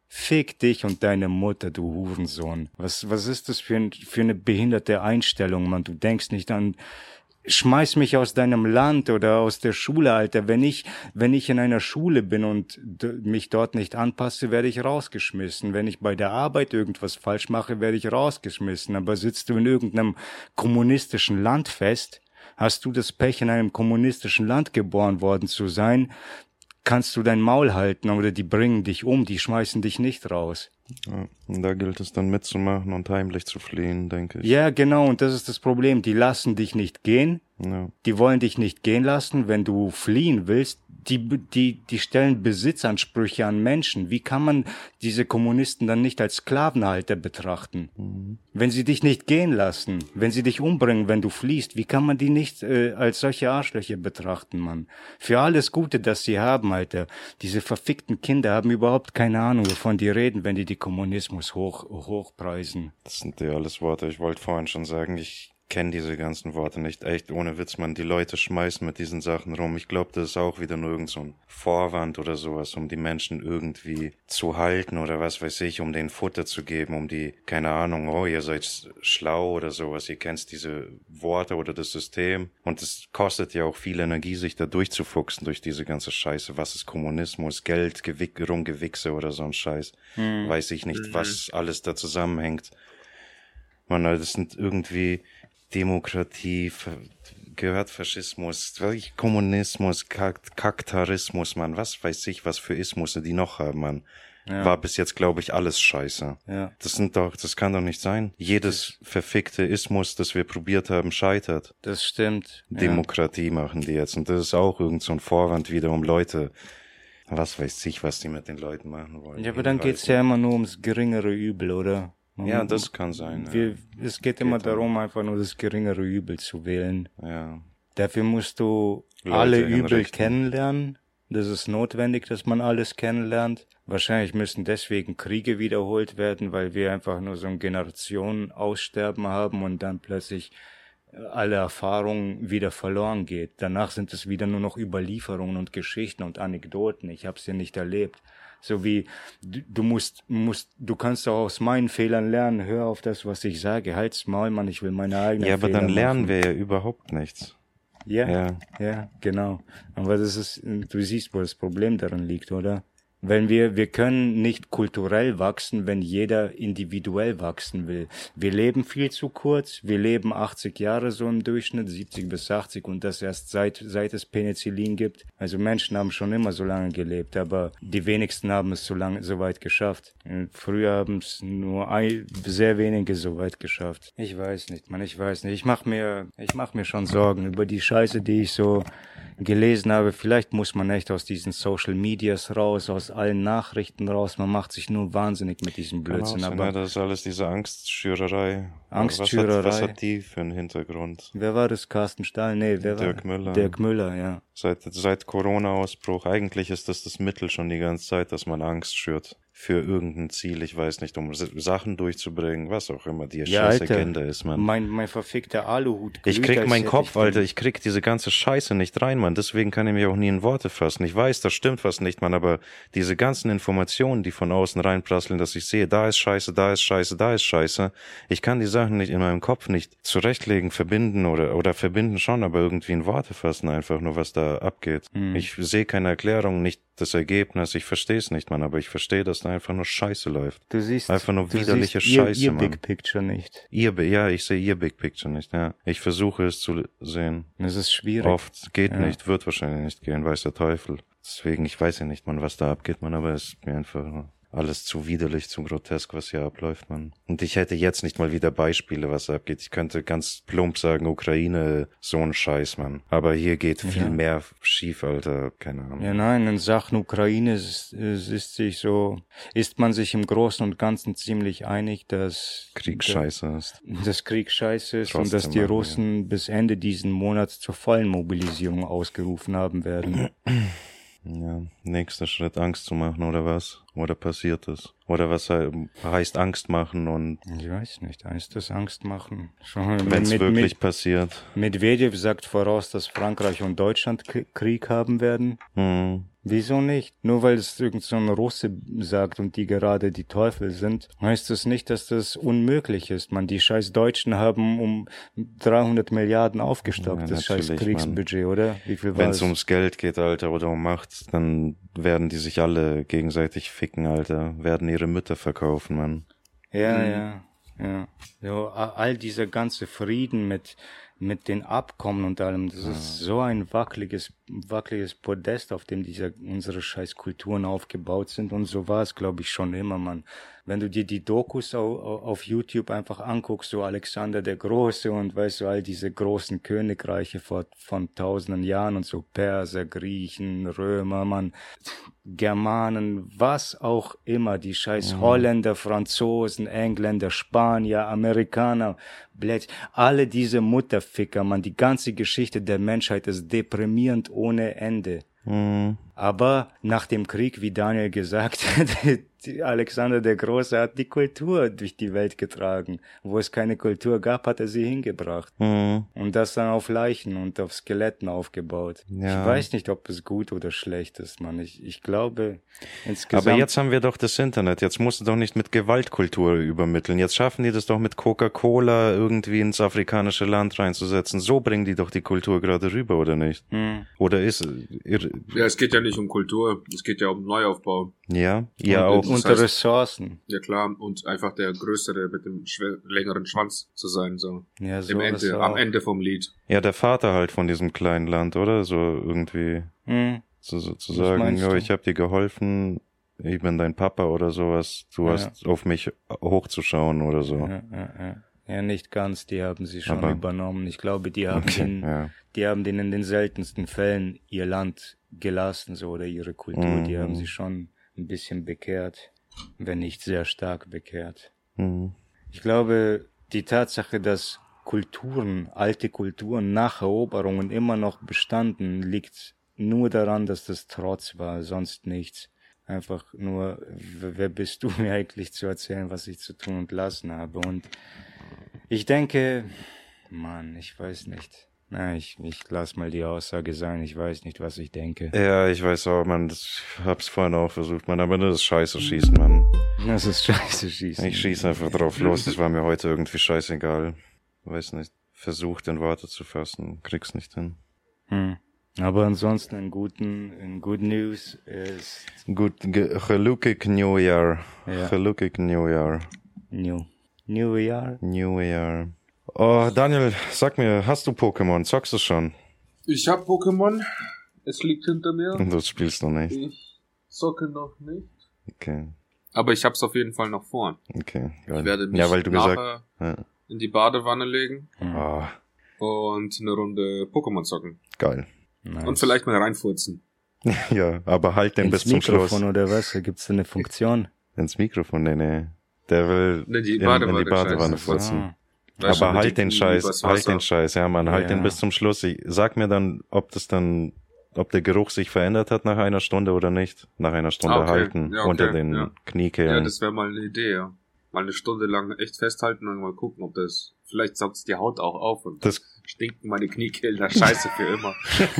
dich und deine Mutter, du Hurensohn. Was ist das für eine behinderte Einstellung, Mann? Du denkst nicht an, schmeiß mich aus deinem Land oder aus der Schule, Alter. Wenn ich in einer Schule bin und mich dort nicht anpasse, werde ich rausgeschmissen. Wenn ich bei der Arbeit irgendwas falsch mache, werde ich rausgeschmissen. Aber sitzt du in irgendeinem kommunistischen Land fest, hast du das Pech, in einem kommunistischen Land geboren worden zu sein, kannst du dein Maul halten oder die bringen dich um, die schmeißen dich nicht raus. Ja, und da gilt es dann mitzumachen und heimlich zu fliehen, denke ich. Ja, genau, und das ist das Problem. Die lassen dich nicht gehen. Ja. Die wollen dich nicht gehen lassen, wenn du fliehen willst. Die stellen Besitzansprüche an Menschen. Wie kann man diese Kommunisten dann nicht als Sklavenhalter betrachten? Mhm. Wenn sie dich nicht gehen lassen, wenn sie dich umbringen, wenn du fliehst, wie kann man die nicht als solche Arschlöcher betrachten, Mann? Für alles Gute, das sie haben, Alter. Diese verfickten Kinder haben überhaupt keine Ahnung, wovon die reden, wenn die Kommunismus hochpreisen. Das sind ja alles Worte. Ich wollte vorhin schon sagen, ich kenne diese ganzen Worte nicht. Echt, ohne Witz, man. Die Leute schmeißen mit diesen Sachen rum. Ich glaube, das ist auch wieder nur irgend so ein Vorwand oder sowas, um die Menschen irgendwie zu halten oder was weiß ich, um denen Futter zu geben, um die, keine Ahnung, oh, ihr seid schlau oder sowas, ihr kennt diese Worte oder das System. Und es kostet ja auch viel Energie, sich da durchzufuchsen durch diese ganze Scheiße. Was ist Kommunismus? Geld, Rumgewichse oder so ein Scheiß. Weiß ich nicht, was alles da zusammenhängt. Man, das sind irgendwie Demokratie, gehört Faschismus, Kommunismus, Kaktarismus, man, was weiß ich, was für Ismusse die noch haben, man. Ja. War bis jetzt, glaube ich, alles scheiße. Ja. Das kann doch nicht sein. Jedes verfickte Ismus, das wir probiert haben, scheitert. Das stimmt. Demokratie machen die jetzt. Und das ist auch irgend so ein Vorwand wieder, um Leute, was weiß ich, was die mit den Leuten machen wollen. Ja, aber dann geht's ja immer nur ums geringere Übel, oder? Ja, das kann sein. Es geht immer darum, einfach nur das geringere Übel zu wählen. Ja. Dafür musst du alle Übel kennenlernen. Das ist notwendig, dass man alles kennenlernt. Wahrscheinlich müssen deswegen Kriege wiederholt werden, weil wir einfach nur so ein Generationenaussterben haben und dann plötzlich alle Erfahrungen wieder verloren geht. Danach sind es wieder nur noch Überlieferungen und Geschichten und Anekdoten. Ich hab's ja nicht erlebt. So wie, du kannst auch aus meinen Fehlern lernen. Hör auf das, was ich sage. Halt's Maul, Mann, ich will meine eigenen Fehler Ja, aber dann lernen wir ja überhaupt nichts. Ja, genau. Aber das ist, du siehst, wo das Problem daran liegt, oder? Wenn wir können nicht kulturell wachsen, wenn jeder individuell wachsen will. Wir leben viel zu kurz. Wir leben 80 Jahre so im Durchschnitt, 70 bis 80 und das erst seit es Penicillin gibt. Also Menschen haben schon immer so lange gelebt, aber die wenigsten haben es so weit geschafft. Und früher haben es nur sehr wenige so weit geschafft. Ich weiß nicht, Mann, ich weiß nicht. Ich mach mir schon Sorgen über die Scheiße, die ich so gelesen habe. Vielleicht muss man echt aus diesen Social Medias raus, aus allen Nachrichten raus. Man macht sich nur wahnsinnig mit diesem Blödsinn. Aber ja, das ist alles diese Angstschürerei. Was hat die für einen Hintergrund? Wer war das? Carsten Stahl? Nee, Dirk Müller. Dirk Müller, ja. Seit Corona-Ausbruch. Eigentlich ist das Mittel schon die ganze Zeit, dass man Angst schürt. Für irgendein Ziel, ich weiß nicht, um Sachen durchzubringen, was auch immer die scheiß Agenda ist, man. Mein verfickter Aluhut. Ich krieg meinen Kopf, Alter, ich krieg diese ganze Scheiße nicht rein, man. Deswegen kann ich mich auch nie in Worte fassen. Ich weiß, da stimmt was nicht, man, aber diese ganzen Informationen, die von außen reinprasseln, dass ich sehe, da ist Scheiße, da ist Scheiße, da ist Scheiße. Ich kann die Sachen nicht in meinem Kopf nicht zurechtlegen, verbinden oder verbinden schon, aber irgendwie in Worte fassen einfach nur, was da abgeht. Ich sehe keine Erklärung, nicht das Ergebnis, ich verstehe es nicht, man, aber ich verstehe, dass da einfach nur Scheiße läuft. Du siehst einfach nur widerliche Scheiße, ihr Mann. Big Picture nicht. Ich sehe ihr Big Picture nicht, ja. Ich versuche es zu sehen. Es ist schwierig. Oft geht nicht, wird wahrscheinlich nicht gehen, weiß der Teufel. Deswegen, ich weiß ja nicht, man, was da abgeht, man, aber es ist mir einfach alles zu widerlich, zu grotesk, was hier abläuft, man. Und ich hätte jetzt nicht mal wieder Beispiele, was abgeht. Ich könnte ganz plump sagen, Ukraine, so ein Scheiß, man. Aber hier geht viel mehr schief, Alter, keine Ahnung. Ja, nein, in Sachen Ukraine ist man sich im Großen und Ganzen ziemlich einig, dass Krieg scheiße ist. Dass Krieg scheiße ist Trotzdem und dass die Russen bis Ende diesen Monats zur vollen Mobilisierung ausgerufen haben werden. Ja, nächster Schritt, Angst zu machen, oder was? Oder passiert es? Oder was heißt Angst machen und... Ich weiß nicht, heißt das Angst machen? Wenn es wirklich passiert. Medvedev sagt voraus, dass Frankreich und Deutschland Krieg haben werden. Wieso nicht? Nur weil es irgend so ein Russe sagt und die gerade die Teufel sind, heißt das nicht, dass das unmöglich ist. Man, die scheiß Deutschen haben um 300 Milliarden aufgestockt, das scheiß Kriegsbudget, oder? Wie viel war Wenn es ums Geld geht, Alter, oder um Macht, dann werden die sich alle gegenseitig ficken, Alter. Werden ihre Mütter verkaufen, Mann. Ja. So, all dieser ganze Frieden mit den Abkommen und allem, das ist so ein wackeliges Podest, auf dem unsere scheiß Kulturen aufgebaut sind, und so war es, glaube ich, schon immer, Mann. Wenn du dir die Dokus auf YouTube einfach anguckst, so Alexander der Große und weißt du, all diese großen Königreiche von tausenden Jahren und so Perser, Griechen, Römer, Mann, Germanen, was auch immer, die scheiß Holländer, Franzosen, Engländer, Spanier, Amerikaner, alle diese Mutterficker, man, die ganze Geschichte der Menschheit ist deprimierend ohne Ende. Aber nach dem Krieg, wie Daniel gesagt hat, Alexander der Große hat die Kultur durch die Welt getragen. Wo es keine Kultur gab, hat er sie hingebracht. Und das dann auf Leichen und auf Skeletten aufgebaut. Ja. Ich weiß nicht, ob es gut oder schlecht ist, Mann. Ich glaube, insgesamt... Aber jetzt haben wir doch das Internet. Jetzt musst du doch nicht mit Gewaltkultur übermitteln. Jetzt schaffen die das doch mit Coca-Cola irgendwie ins afrikanische Land reinzusetzen. So bringen die doch die Kultur gerade rüber, oder nicht? Oder ist... Ja, es geht ja nicht um Kultur. Es geht ja um Neuaufbau. Ja, auch. Und Ressourcen. Ja klar, und einfach der Größere mit dem längeren Schwanz zu sein, so. Ja, so am Ende vom Lied. Ja, der Vater halt von diesem kleinen Land, oder? So irgendwie zu sagen, ja, ich hab dir geholfen, ich bin dein Papa oder sowas, du hast auf mich hochzuschauen oder so. Ja, nicht ganz, die haben sie schon übernommen. Ich glaube, die haben denen in den seltensten Fällen ihr Land gelassen, so, oder ihre Kultur, die haben sie schon ein bisschen bekehrt, wenn nicht sehr stark bekehrt. Ich glaube, die Tatsache, dass alte Kulturen nach Eroberungen immer noch bestanden, liegt nur daran, dass das Trotz war, sonst nichts. Einfach nur, wer bist du mir eigentlich zu erzählen, was ich zu tun und lassen habe? Und ich denke, Mann, ich weiß nicht. Na, ich lass mal die Aussage sein, ich weiß nicht, was ich denke. Ja, ich weiß auch, Mann, ich hab's vorhin auch versucht, Mann, aber das ist scheiße schießen, Mann. Das ist scheiße schießen. Ich schieß einfach drauf los, das war mir heute irgendwie scheißegal. Weiß nicht, versucht in Worte zu fassen, krieg's nicht hin. Aber ansonsten in Good News ist... Gelukkig New Year. Ja. Gelukkig New Year. New Year? New Year. Oh, Daniel, sag mir, hast du Pokémon? Zockst du schon? Ich hab Pokémon. Es liegt hinter mir. Und du spielst noch nicht? Ich zocke noch nicht. Okay. Aber ich hab's auf jeden Fall noch vor. Okay, geil. Ich werde mich weil du nachher in die Badewanne legen und eine Runde Pokémon zocken. Geil. Nice. Und vielleicht mal reinfurzen. Ja, aber halt den bis zum Schluss. Ins Mikrofon oder was? Gibt's da eine Funktion? Ins Mikrofon? Nee. Der will in die Badewanne furzen. Aber halt den Scheiß, ja, Mann, halt den bis zum Schluss. Sag mir dann, ob der Geruch sich verändert hat nach einer Stunde oder nicht. Nach einer Stunde halten, unter den Kniekehlen. Ja, das wäre mal eine Idee, ja. Mal eine Stunde lang echt festhalten und mal gucken, ob vielleicht saugt die Haut auch auf und das stinken meine Kniekehlen nach Scheiße für immer.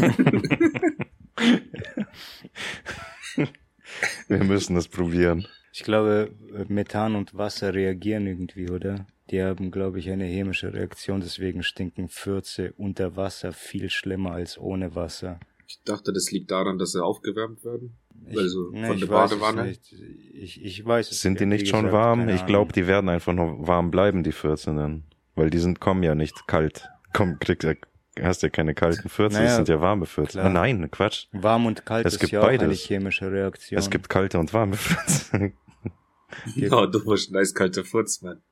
Wir müssen das probieren. Ich glaube, Methan und Wasser reagieren irgendwie, oder? Die haben, glaube ich, eine chemische Reaktion, deswegen stinken Fürze unter Wasser viel schlimmer als ohne Wasser. Ich dachte, das liegt daran, dass sie aufgewärmt werden. Von der Badewanne. Ich weiß es. Sind die nicht schon warm? Ich glaube, die werden einfach noch warm bleiben, die Fürze dann. Weil die kommen ja nicht kalt. Hast ja keine kalten Fürze, das sind ja warme Fürze. Nein, Quatsch. Warm und kalt ist ja auch eine chemische Reaktion. Es gibt kalte und warme Fürze. Ja, du warst ein eiskalter Furz, Mann.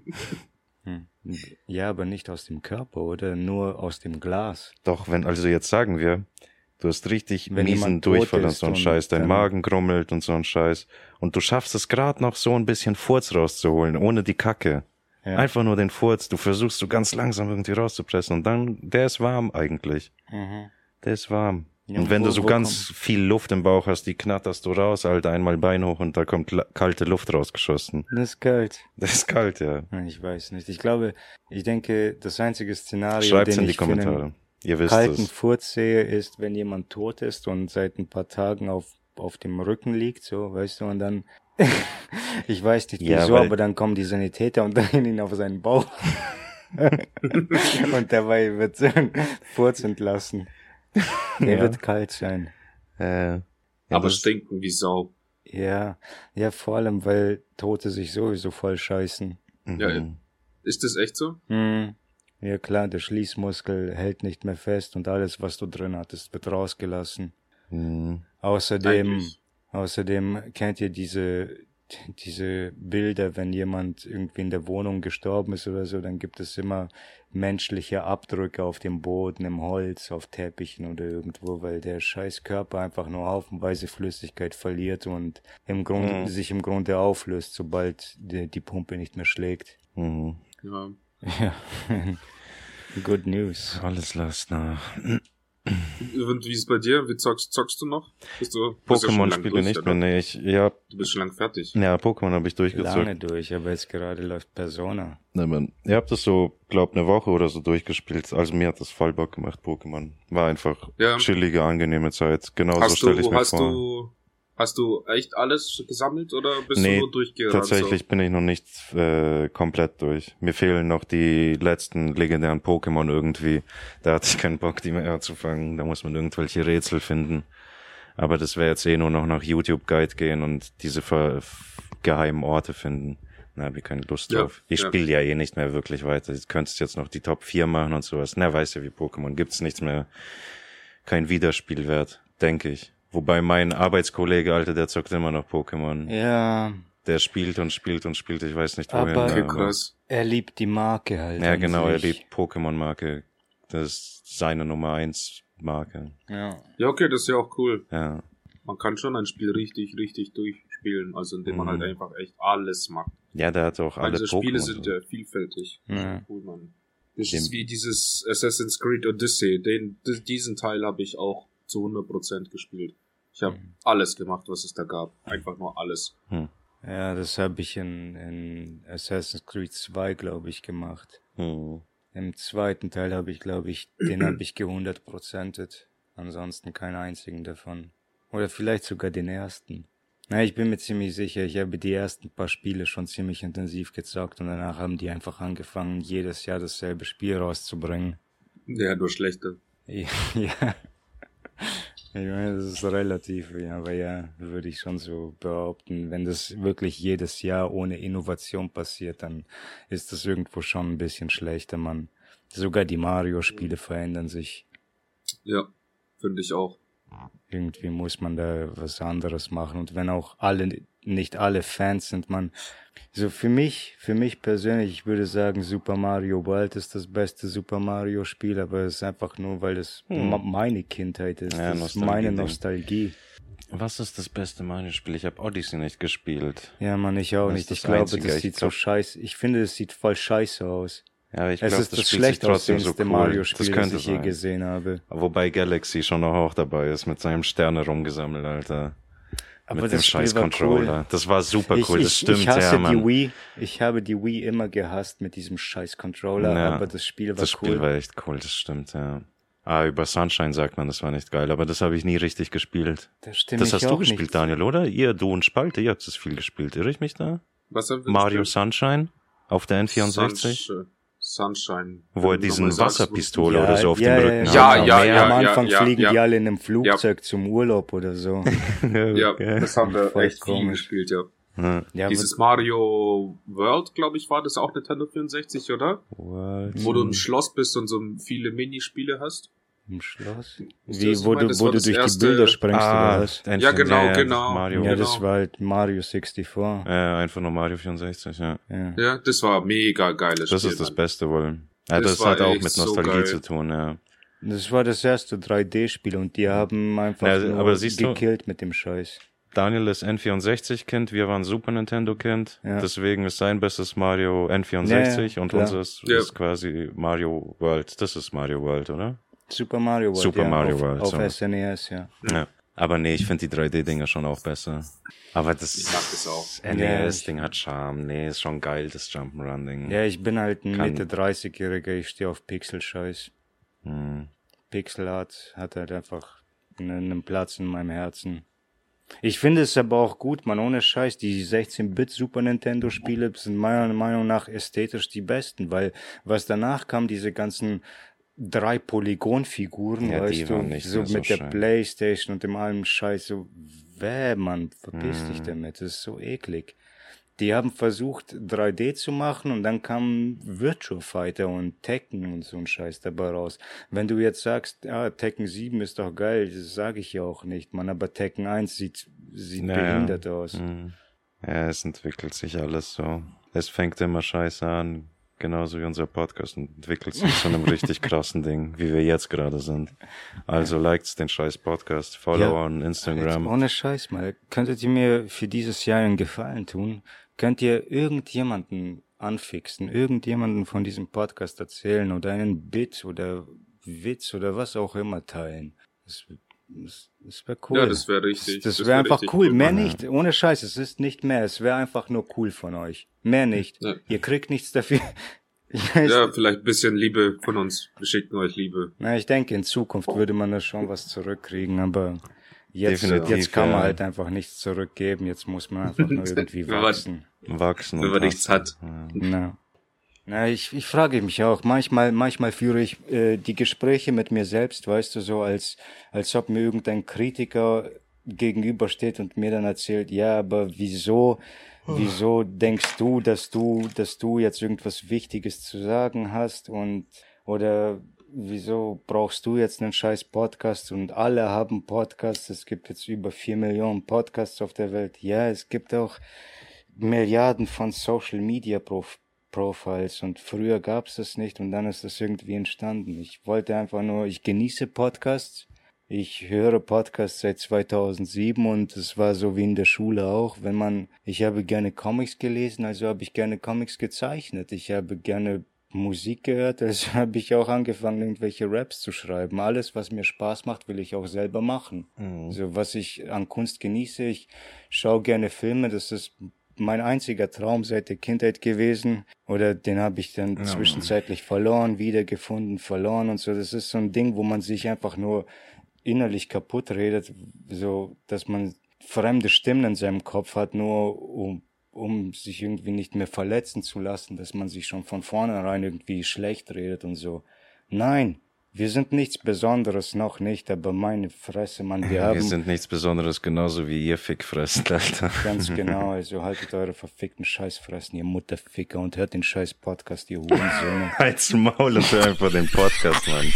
Ja, aber nicht aus dem Körper, oder? Nur aus dem Glas. Doch, also jetzt sagen wir, du hast richtig Wenn miesen jemand tot Durchfall und ist so ein und Scheiß, dein dann- Magen grummelt und so ein Scheiß. Und du schaffst es gerade noch so ein bisschen Furz rauszuholen, ohne die Kacke. Ja. Einfach nur den Furz, du versuchst so ganz langsam irgendwie rauszupressen und dann, der ist warm eigentlich. Der ist warm. Ja, und wenn wo- du so wo ganz viel Luft im Bauch hast, die knatterst du raus, Alter, einmal Bein hoch und da kommt kalte Luft rausgeschossen. Das ist kalt. Das ist kalt, ja. Ich weiß nicht. Ich denke, das einzige Szenario, Schreibt's den in die ich für einen Kommentare. Ihr wisst kalten es. Furz sehe, ist, wenn jemand tot ist und seit ein paar Tagen auf dem Rücken liegt, so, weißt du, und dann, ich weiß nicht Ja, wieso, weil- aber dann kommen die Sanitäter und drehen ihn auf seinen Bauch. Und dabei wird so ein Furz entlassen. Der Ja. wird kalt sein. Ja, Aber das- stinken wie Sau. Ja, vor allem, weil Tote sich sowieso voll scheißen. Ja, ist das echt so? Ja klar, der Schließmuskel hält nicht mehr fest und alles, was du drin hattest, wird rausgelassen. Außerdem kennt ihr diese Bilder, wenn jemand irgendwie in der Wohnung gestorben ist oder so, dann gibt es immer menschliche Abdrücke auf dem Boden, im Holz, auf Teppichen oder irgendwo, weil der scheiß Körper einfach nur haufenweise Flüssigkeit verliert und sich im Grunde auflöst, sobald die Pumpe nicht mehr schlägt. Ja. Ja, good news. Alles lässt nach. Und wie ist es bei dir? Wie zockst du noch? Bist ja schon Pokémon lang spiele durch, nicht oder? mehr, nee, Du bist schon lang fertig. ja, Pokémon habe ich durchgezockt. Lange durch, aber jetzt gerade läuft Persona. Ne, man, ihr habt das so, glaub, eine Woche oder so durchgespielt. Also mir hat das voll Bock gemacht, Pokémon. War einfach Ja. chillige, angenehm Zeit. Genau so stelle ich mir vor. Hast du echt alles gesammelt oder bist Nee, du nur durchgerannt? tatsächlich bin ich noch nicht komplett durch. Mir fehlen noch die letzten legendären Pokémon irgendwie. Da hatte ich keinen Bock, die mehr anzufangen. Da muss man irgendwelche Rätsel finden. Aber das wäre jetzt nur noch nach YouTube-Guide gehen und diese geheimen Orte finden. Da habe ich keine Lust Ja, drauf. Ich ja. spiele ja eh nicht mehr wirklich weiter. Du könntest jetzt noch die Top 4 machen und sowas. Na, weiß ja wie Pokémon. Gibt's nichts mehr. Kein Wiederspielwert, denke ich. Wobei mein Arbeitskollege, Alter, der zockt immer noch Pokémon. Ja, Der spielt und spielt und spielt, ich weiß nicht wohin. Aber- Okay, krass. er liebt die Marke halt. Ja, an genau, er sich. liebt Pokémon-Marke. Das ist seine Nummer 1 Marke. Ja. Ja, okay, das ist ja auch cool. Ja. Man kann schon ein Spiel richtig durchspielen, also indem man halt einfach echt alles macht. Ja, der hat auch Weil alle diese Pokémon. Spiele sind ja vielfältig. Ja. Cool, Mann. Das ist wie dieses Assassin's Creed Odyssey. Diesen Teil habe ich auch zu 100% gespielt. Ich habe alles gemacht, was es da gab. Einfach nur alles. Ja, das habe ich in Assassin's Creed 2, glaube ich, gemacht. Hm. Im zweiten Teil habe ich, den habe ich ge100%et. Ansonsten keinen einzigen davon. Oder vielleicht sogar den ersten. Na, ich bin mir ziemlich sicher, ich habe die ersten paar Spiele schon ziemlich intensiv gezockt und danach haben die einfach angefangen, jedes Jahr dasselbe Spiel rauszubringen. Ja, nur schlechte. Ja. Ich meine, das ist relativ, ja, aber ja, würde ich schon so behaupten. Wenn das wirklich jedes Jahr ohne Innovation passiert, dann ist das irgendwo schon ein bisschen schlechter, Mann. Sogar die Mario-Spiele verändern sich. Ja, finde ich auch. Irgendwie muss man da was anderes machen. Und wenn auch nicht alle Fans sind, man, so für mich persönlich, ich würde sagen, Super Mario World ist das beste Super Mario Spiel, aber es ist einfach nur, weil es meine Kindheit ist. Ja, Das ist meine Nostalgie-Ding. Nostalgie. Was ist das beste Mario-Spiel? Ich habe Odyssey nicht gespielt. Ja, Mann, ich auch Das nicht. ist Ich das glaube, Einzige. das Ich sieht so glaub- scheiße. Ich finde, es sieht voll scheiße aus. Ja, ich Es glaube, ist das das spielt schlecht sich trotzdem so aussehendste cool. Mario-Spiel, das das könnte ich je sein. gesehen habe. Wobei Galaxy schon noch auch dabei ist, mit seinem Sterne rumgesammelt, Alter. Aber mit dem das Spiel scheiß war Controller. cool. Das war super cool, das stimmt, ich hasse ja, Mann. die Wii. Ich habe die Wii immer gehasst mit diesem scheiß Controller, Ja, aber das Spiel war Das cool. Spiel war echt cool, das stimmt, ja. Über Sunshine sagt man, das war nicht geil, aber das habe ich nie richtig gespielt. Das stimmt Das hast du auch gespielt, nicht. Daniel, oder? Du und Spalte, ihr habt das viel gespielt, irre ich mich da? Was haben wir Mario gespielt? Sunshine auf der N64, Sunshine. wo er Wenn du diesen nochmal sagst, Wasserpistole Ja, oder so auf ja, dem ja, Rücken ja. hat. Ja, ja, ja, Am Anfang ja, fliegen ja. die alle in einem Flugzeug zum Urlaub oder so. Ja, das haben wir Voll echt viel komisch. gespielt, ja. Ja. Ja, Dieses Mario World, glaube ich, war das auch Nintendo 64, oder? What? Wo du im Schloss bist und so viele Minispiele hast. Im Schloss? Wo du durch erste... die Bilder sprengst oder was? Ja, genau. Mario. Ja, das war halt Mario 64. Einfach nur Mario 64, ja. Ja, das war mega geiles Spiel. Das ist das Beste wohl. Ja, das hat auch mit Nostalgie zu tun, ja. Das war das erste 3D-Spiel und die haben einfach nur gekillt mit dem Scheiß. Daniel ist N64-Kind, wir waren Super Nintendo-Kind, deswegen ist sein bestes Mario N64 und unseres ist quasi Mario World. Das ist Mario World, oder? Super Mario World, auf SNES, ja. Aber nee, ich finde die 3D-Dinger schon auch besser. Aber das NES-Ding hat Charme. Nee, ist schon geil, das Jump'n'Run-Ding. Ja, ich bin halt ein Mitte 30-Jähriger, ich stehe auf Pixel-Scheiß. Pixelart hat halt einfach einen Platz in meinem Herzen. Ich finde es aber auch gut, man, ohne Scheiß, die 16-Bit Super Nintendo Spiele sind meiner Meinung nach ästhetisch die besten, weil was danach kam, diese ganzen 3 Polygon-Figuren, weißt du, so mit der Playstation und dem allem Scheiß, so, Mann, verpiss dich damit, das ist so eklig. Die haben versucht 3D zu machen und dann kam Virtua Fighter und Tekken und so ein Scheiß dabei raus. Wenn du jetzt sagst, Tekken 7 ist doch geil, das sage ich ja auch nicht, Mann, aber Tekken 1 sieht behindert aus. Ja, es entwickelt sich alles so. Es fängt immer scheiße an, genauso wie unser Podcast, und entwickelt sich zu einem richtig krassen Ding, wie wir jetzt gerade sind. Also liked den scheiß Podcast, follow on Instagram. Ohne Scheiß mal, könntet ihr mir für dieses Jahr einen Gefallen tun? Könnt ihr irgendjemanden anfixen, irgendjemanden von diesem Podcast erzählen oder einen Bit oder Witz oder was auch immer teilen? Das wäre cool. Ja, das wäre richtig. Das wäre einfach cool. Mehr nicht. Ohne Scheiß, es ist nicht mehr. Es wäre einfach nur cool von euch. Mehr nicht. Ja. Ihr kriegt nichts dafür. Ja, vielleicht ein bisschen Liebe von uns. Wir schicken euch Liebe. Na, ich denke, in Zukunft würde man da schon was zurückkriegen, aber jetzt kann man halt einfach nichts zurückgeben. Jetzt muss man einfach nur irgendwie wachsen. Wenn man nichts hat. Na, ich frage mich auch. Manchmal führe ich die Gespräche mit mir selbst, weißt du, so als ob mir irgendein Kritiker gegenübersteht und mir dann erzählt, ja, aber wieso denkst du, dass du jetzt irgendwas Wichtiges zu sagen hast oder wieso brauchst du jetzt einen scheiß Podcast und alle haben Podcasts, es gibt jetzt über 4 Millionen Podcasts auf der Welt. Ja, es gibt auch Milliarden von Social Media Profiles und früher gab's das nicht und dann ist das irgendwie entstanden. Ich genieße Podcasts. Ich höre Podcasts seit 2007 und es war so wie in der Schule auch. Ich habe gerne Comics gelesen, also habe ich gerne Comics gezeichnet. Ich habe gerne Musik gehört, also habe ich auch angefangen, irgendwelche Raps zu schreiben. Alles, was mir Spaß macht, will ich auch selber machen. So, was ich an Kunst genieße, ich schaue gerne Filme, das ist mein einziger Traum seit der Kindheit gewesen. Oder den habe ich dann zwischenzeitlich verloren, wiedergefunden, verloren und so. Das ist so ein Ding, wo man sich einfach nur innerlich kaputt redet, so, dass man fremde Stimmen in seinem Kopf hat, nur um sich irgendwie nicht mehr verletzen zu lassen, dass man sich schon von vornherein irgendwie schlecht redet und so. Nein, wir sind nichts Besonderes, noch nicht, aber meine Fresse, Mann, wir sind nichts Besonderes, genauso wie ihr Fickfressen, Alter. Ganz genau, also haltet eure verfickten Scheißfressen, ihr Mutterficker, und hört den scheiß Podcast, ihr Hurensöhne. Halt's Maul und hör einfach den Podcast, Mann.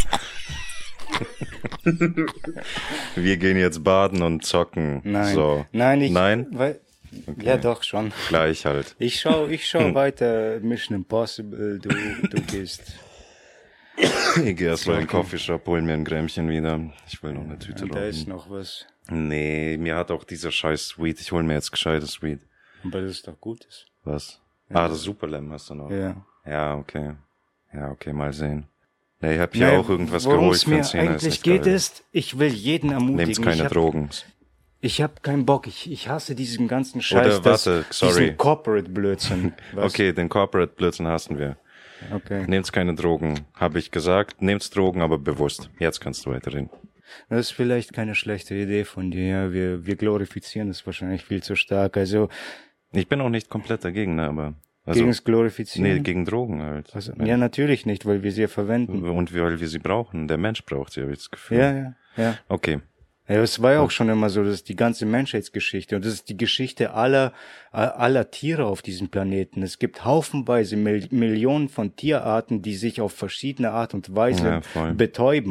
Wir gehen jetzt baden und zocken. Nein, so. Nein? Okay. Ja, doch, schon. Gleich halt. Ich schau weiter Mission Impossible, du gehst. Ich gehe erstmal in den Coffeeshop, hol mir ein Grämmchen wieder. Ich will noch eine Tüte rauchen. Da ist noch was. Nee, mir hat auch dieser scheiß Sweet. Ich hol mir jetzt gescheites Sweet. Aber das ist doch Gutes. Was? Ja. Das Superlam hast du noch. Ja. Ja, okay. Mal sehen. Nee, ich hab hier auch irgendwas geholt für den Zehner. Eigentlich geht es, ich will jeden ermutigen. Nehmt keine Drogen. Ich hab keinen Bock. Ich hasse diesen ganzen Scheiß. Oder warte, diesen Corporate-Blödsinn. Okay, den Corporate-Blödsinn hassen wir. Okay. Nehmt keine Drogen, habe ich gesagt. Nehmt Drogen, aber bewusst. Jetzt kannst du weiterreden. Das ist vielleicht keine schlechte Idee von dir. Ja, wir glorifizieren es wahrscheinlich viel zu stark. Also ich bin auch nicht komplett dagegen, ne, aber gegen das Glorifizieren? Nee, gegen Drogen halt. Also, ja, natürlich nicht, weil wir sie verwenden. Und weil wir sie brauchen. Der Mensch braucht sie, habe ich das Gefühl. Ja. Okay. Ja, es war ja auch schon immer so, das ist die ganze Menschheitsgeschichte und das ist die Geschichte aller Tiere auf diesem Planeten. Es gibt haufenweise Millionen von Tierarten, die sich auf verschiedene Art und Weise betäuben.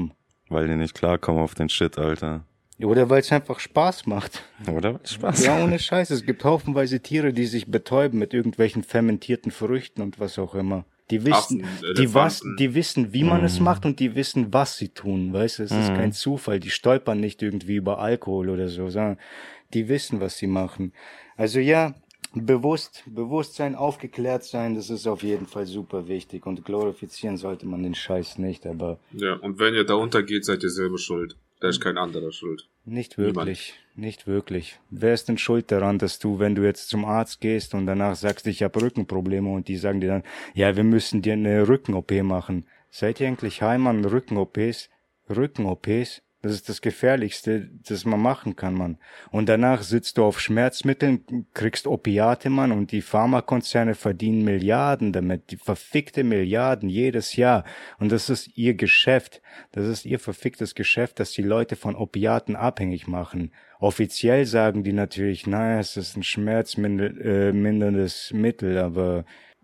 Weil die nicht klarkommen auf den Shit, Alter. Oder weil es einfach Spaß macht. Oder weil es Spaß Ja, ohne Scheiß. Es gibt haufenweise Tiere, die sich betäuben mit irgendwelchen fermentierten Früchten und was auch immer. Die wissen, Affen, die wissen, wie man es macht und die wissen, was sie tun. Weißt du, es ist kein Zufall. Die stolpern nicht irgendwie über Alkohol oder so, sondern die wissen, was sie machen. Also ja, Bewusstsein, aufgeklärt sein, das ist auf jeden Fall super wichtig und glorifizieren sollte man den Scheiß nicht, aber... Ja, und wenn ihr da untergeht, seid ihr selber schuld. Da ist kein anderer schuld. Nicht wirklich, nicht wirklich. Wer ist denn schuld daran, dass du, wenn du jetzt zum Arzt gehst und danach sagst, ich habe Rückenprobleme und die sagen dir dann, ja, wir müssen dir eine Rücken-OP machen. Seid ihr eigentlich heim an Rücken-OPs? Rücken-OPs? Das ist das Gefährlichste, das man machen kann, Mann. Und danach sitzt du auf Schmerzmitteln, kriegst Opiate, Mann, und die Pharmakonzerne verdienen Milliarden damit, die verfickte Milliarden jedes Jahr. Und das ist ihr Geschäft. Das ist ihr verficktes Geschäft, dass die Leute von Opiaten abhängig machen. Offiziell sagen die natürlich, naja, es ist ein schmerzminderndes Mittel, aber...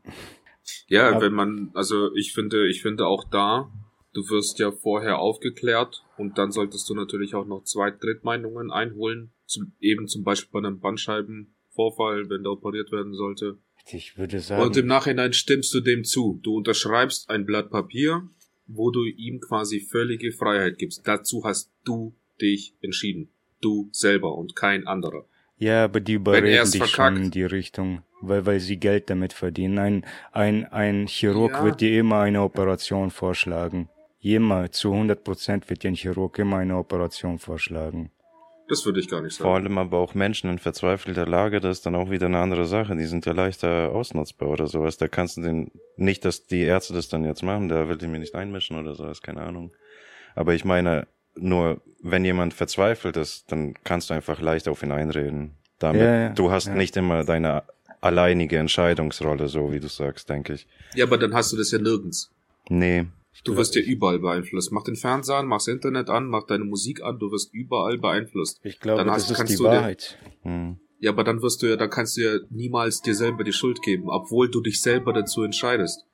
Ja, wenn man, also ich finde auch da, du wirst ja vorher aufgeklärt und dann solltest du natürlich auch noch Drittmeinungen einholen. Eben zum Beispiel bei einem Bandscheibenvorfall, wenn der operiert werden sollte. Ich würde sagen... Und im Nachhinein stimmst du dem zu. Du unterschreibst ein Blatt Papier, wo du ihm quasi völlige Freiheit gibst. Dazu hast du dich entschieden. Du selber und kein anderer. Ja, aber die überreden dich schon in die Richtung, weil sie Geld damit verdienen. Ein Chirurg wird dir immer eine Operation vorschlagen. Immer, zu 100% wird dir ein Chirurg immer eine Operation vorschlagen. Das würde ich gar nicht sagen. Vor allem aber auch Menschen in verzweifelter Lage, das ist dann auch wieder eine andere Sache. Die sind ja leichter ausnutzbar oder sowas. Da kannst du nicht, dass die Ärzte das dann jetzt machen, da will ich mich nicht einmischen oder sowas, keine Ahnung. Aber ich meine, nur wenn jemand verzweifelt ist, dann kannst du einfach leicht auf ihn einreden. Damit, du hast nicht immer deine alleinige Entscheidungsrolle, so wie du sagst, denke ich. Ja, aber dann hast du das ja nirgends. Nee. Du wirst ja überall beeinflusst. Mach den Fernseher an, mach's Internet an, mach deine Musik an, du wirst überall beeinflusst. Ich glaube, das ist die Wahrheit. Ja, aber dann kannst du ja niemals dir selber die Schuld geben, obwohl du dich selber dazu entscheidest.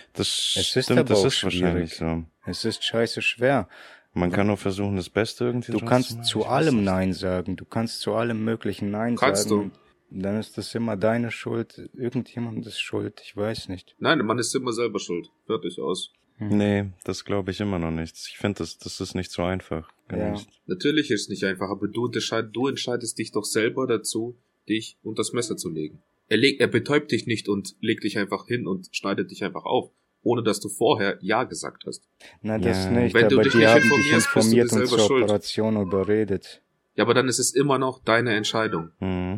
Das ist wahrscheinlich so. Es ist scheiße schwer. Man kann nur versuchen, das Beste irgendwie zu machen. Du kannst zu allem Nein sagen. Du kannst zu allem möglichen Nein sagen. Kannst du. Dann ist das immer deine Schuld. Irgendjemand ist schuld. Ich weiß nicht. Nein, man ist immer selber schuld. Fertig aus. Nee, das glaube ich immer noch nicht. Ich finde, das ist nicht so einfach. Nicht. Natürlich ist es nicht einfach, aber du entscheidest dich doch selber dazu, dich unter das Messer zu legen. Er betäubt dich nicht und legt dich einfach hin und schneidet dich einfach auf, ohne dass du vorher Ja gesagt hast. Na, das nicht, wenn aber die haben dich informiert und zur Operation überredet. Ja, aber dann ist es immer noch deine Entscheidung.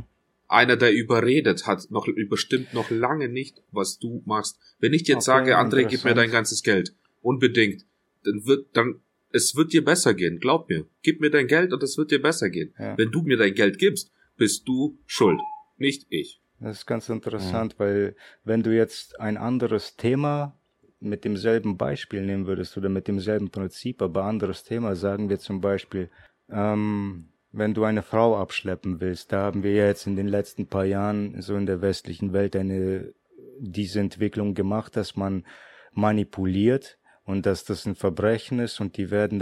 Einer, der überredet, hat bestimmt noch lange nicht, was du machst. Wenn ich dir jetzt sage, André, gib mir dein ganzes Geld, unbedingt, es wird dir besser gehen, glaub mir. Gib mir dein Geld und es wird dir besser gehen. Ja. Wenn du mir dein Geld gibst, bist du schuld, nicht ich. Das ist ganz interessant, weil wenn du jetzt ein anderes Thema mit demselben Beispiel nehmen würdest oder mit demselben Prinzip, aber anderes Thema, sagen wir zum Beispiel, wenn du eine Frau abschleppen willst, da haben wir ja jetzt in den letzten paar Jahren so in der westlichen Welt diese Entwicklung gemacht, dass man manipuliert und dass das ein Verbrechen ist und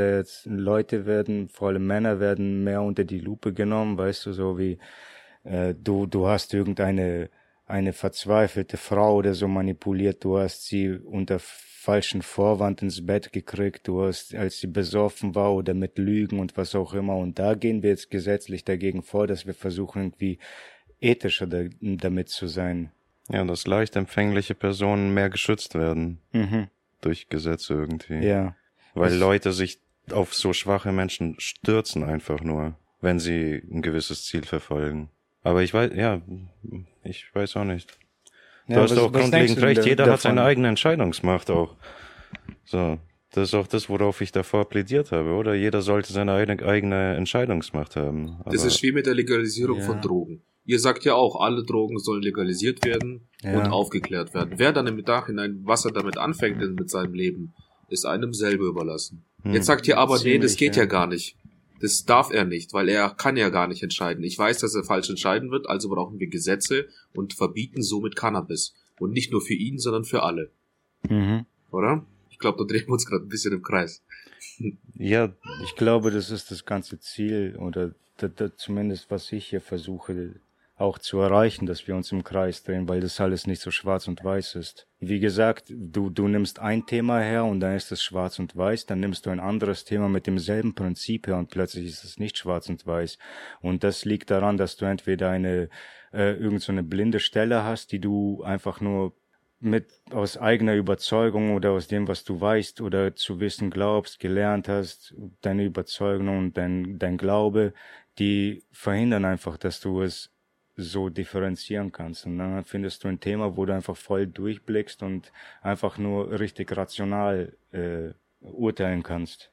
vor allem Männer werden mehr unter die Lupe genommen, weißt du, so wie du hast eine verzweifelte Frau oder so manipuliert, du hast sie unter falschen Vorwand ins Bett gekriegt, als sie besoffen war oder mit Lügen und was auch immer. Und da gehen wir jetzt gesetzlich dagegen vor, dass wir versuchen, irgendwie ethischer damit zu sein. Ja, dass leicht empfängliche Personen mehr geschützt werden. Durch Gesetze irgendwie. Ja. Weil Leute sich auf so schwache Menschen stürzen einfach nur, wenn sie ein gewisses Ziel verfolgen. Aber ich weiß auch nicht. Du hast auch grundlegend recht, jeder hat seine eigene Entscheidungsmacht auch. So, das ist auch das, worauf ich davor plädiert habe, oder? Jeder sollte seine eigene Entscheidungsmacht haben. Aber das ist wie mit der Legalisierung von Drogen. Ihr sagt ja auch, alle Drogen sollen legalisiert werden und aufgeklärt werden. Wer dann im Nachhinein, was er damit anfängt mit seinem Leben, ist einem selber überlassen. Jetzt sagt ihr aber, nee, das geht ja gar nicht. Das darf er nicht, weil er kann ja gar nicht entscheiden. Ich weiß, dass er falsch entscheiden wird, also brauchen wir Gesetze und verbieten somit Cannabis. Und nicht nur für ihn, sondern für alle. Oder? Ich glaube, da drehen wir uns gerade ein bisschen im Kreis. Ja, ich glaube, das ist das ganze Ziel oder zumindest was ich hier versuche auch zu erreichen, dass wir uns im Kreis drehen, weil das alles nicht so schwarz und weiß ist. Wie gesagt, du nimmst ein Thema her und dann ist es schwarz und weiß, dann nimmst du ein anderes Thema mit demselben Prinzip her und plötzlich ist es nicht schwarz und weiß. Und das liegt daran, dass du entweder irgend so eine blinde Stelle hast, die du einfach nur aus eigener Überzeugung oder aus dem, was du weißt oder zu wissen glaubst, gelernt hast, deine Überzeugung und dein Glaube, die verhindern einfach, dass du es so differenzieren kannst. Und dann findest du ein Thema, wo du einfach voll durchblickst und einfach nur richtig rational urteilen kannst.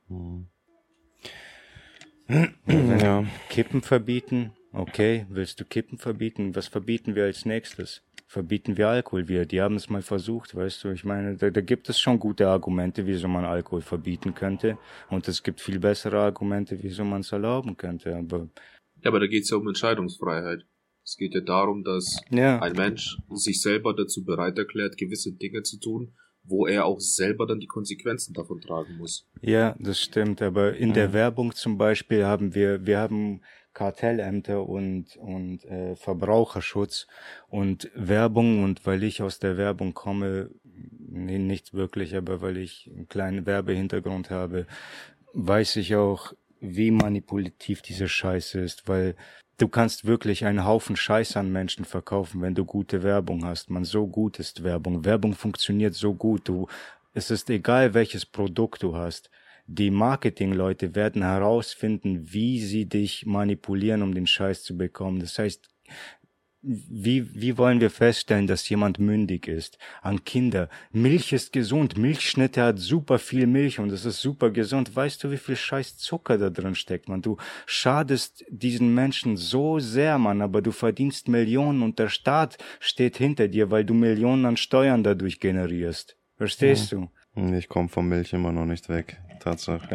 Ja. Kippen verbieten, okay, willst du Kippen verbieten? Was verbieten wir als nächstes? Verbieten wir Alkohol wieder? Die haben es mal versucht, weißt du, ich meine, da gibt es schon gute Argumente, wieso man Alkohol verbieten könnte und es gibt viel bessere Argumente, wieso man es erlauben könnte, aber da geht es ja um Entscheidungsfreiheit. Es geht ja darum, dass ein Mensch sich selber dazu bereit erklärt, gewisse Dinge zu tun, wo er auch selber dann die Konsequenzen davon tragen muss. Ja, das stimmt, aber in der Werbung zum Beispiel haben wir haben Kartellämter und Verbraucherschutz und Werbung, und weil ich aus der Werbung komme, nicht wirklich, aber weil ich einen kleinen Werbehintergrund habe, weiß ich auch, wie manipulativ diese Scheiße ist, weil du kannst wirklich einen Haufen Scheiß an Menschen verkaufen, wenn du gute Werbung hast. Man, so gut ist Werbung. Werbung funktioniert so gut. Es ist egal, welches Produkt du hast. Die Marketingleute werden herausfinden, wie sie dich manipulieren, um den Scheiß zu bekommen. Das heißt, wie wollen wir feststellen, dass jemand mündig ist? An Kinder. Milch ist gesund. Milchschnitte hat super viel Milch und es ist super gesund. Weißt du, wie viel scheiß Zucker da drin steckt, man? Du schadest diesen Menschen so sehr, Mann, aber du verdienst Millionen und der Staat steht hinter dir, weil du Millionen an Steuern dadurch generierst. Verstehst du? Ich komme vom Milch immer noch nicht weg. Tatsache.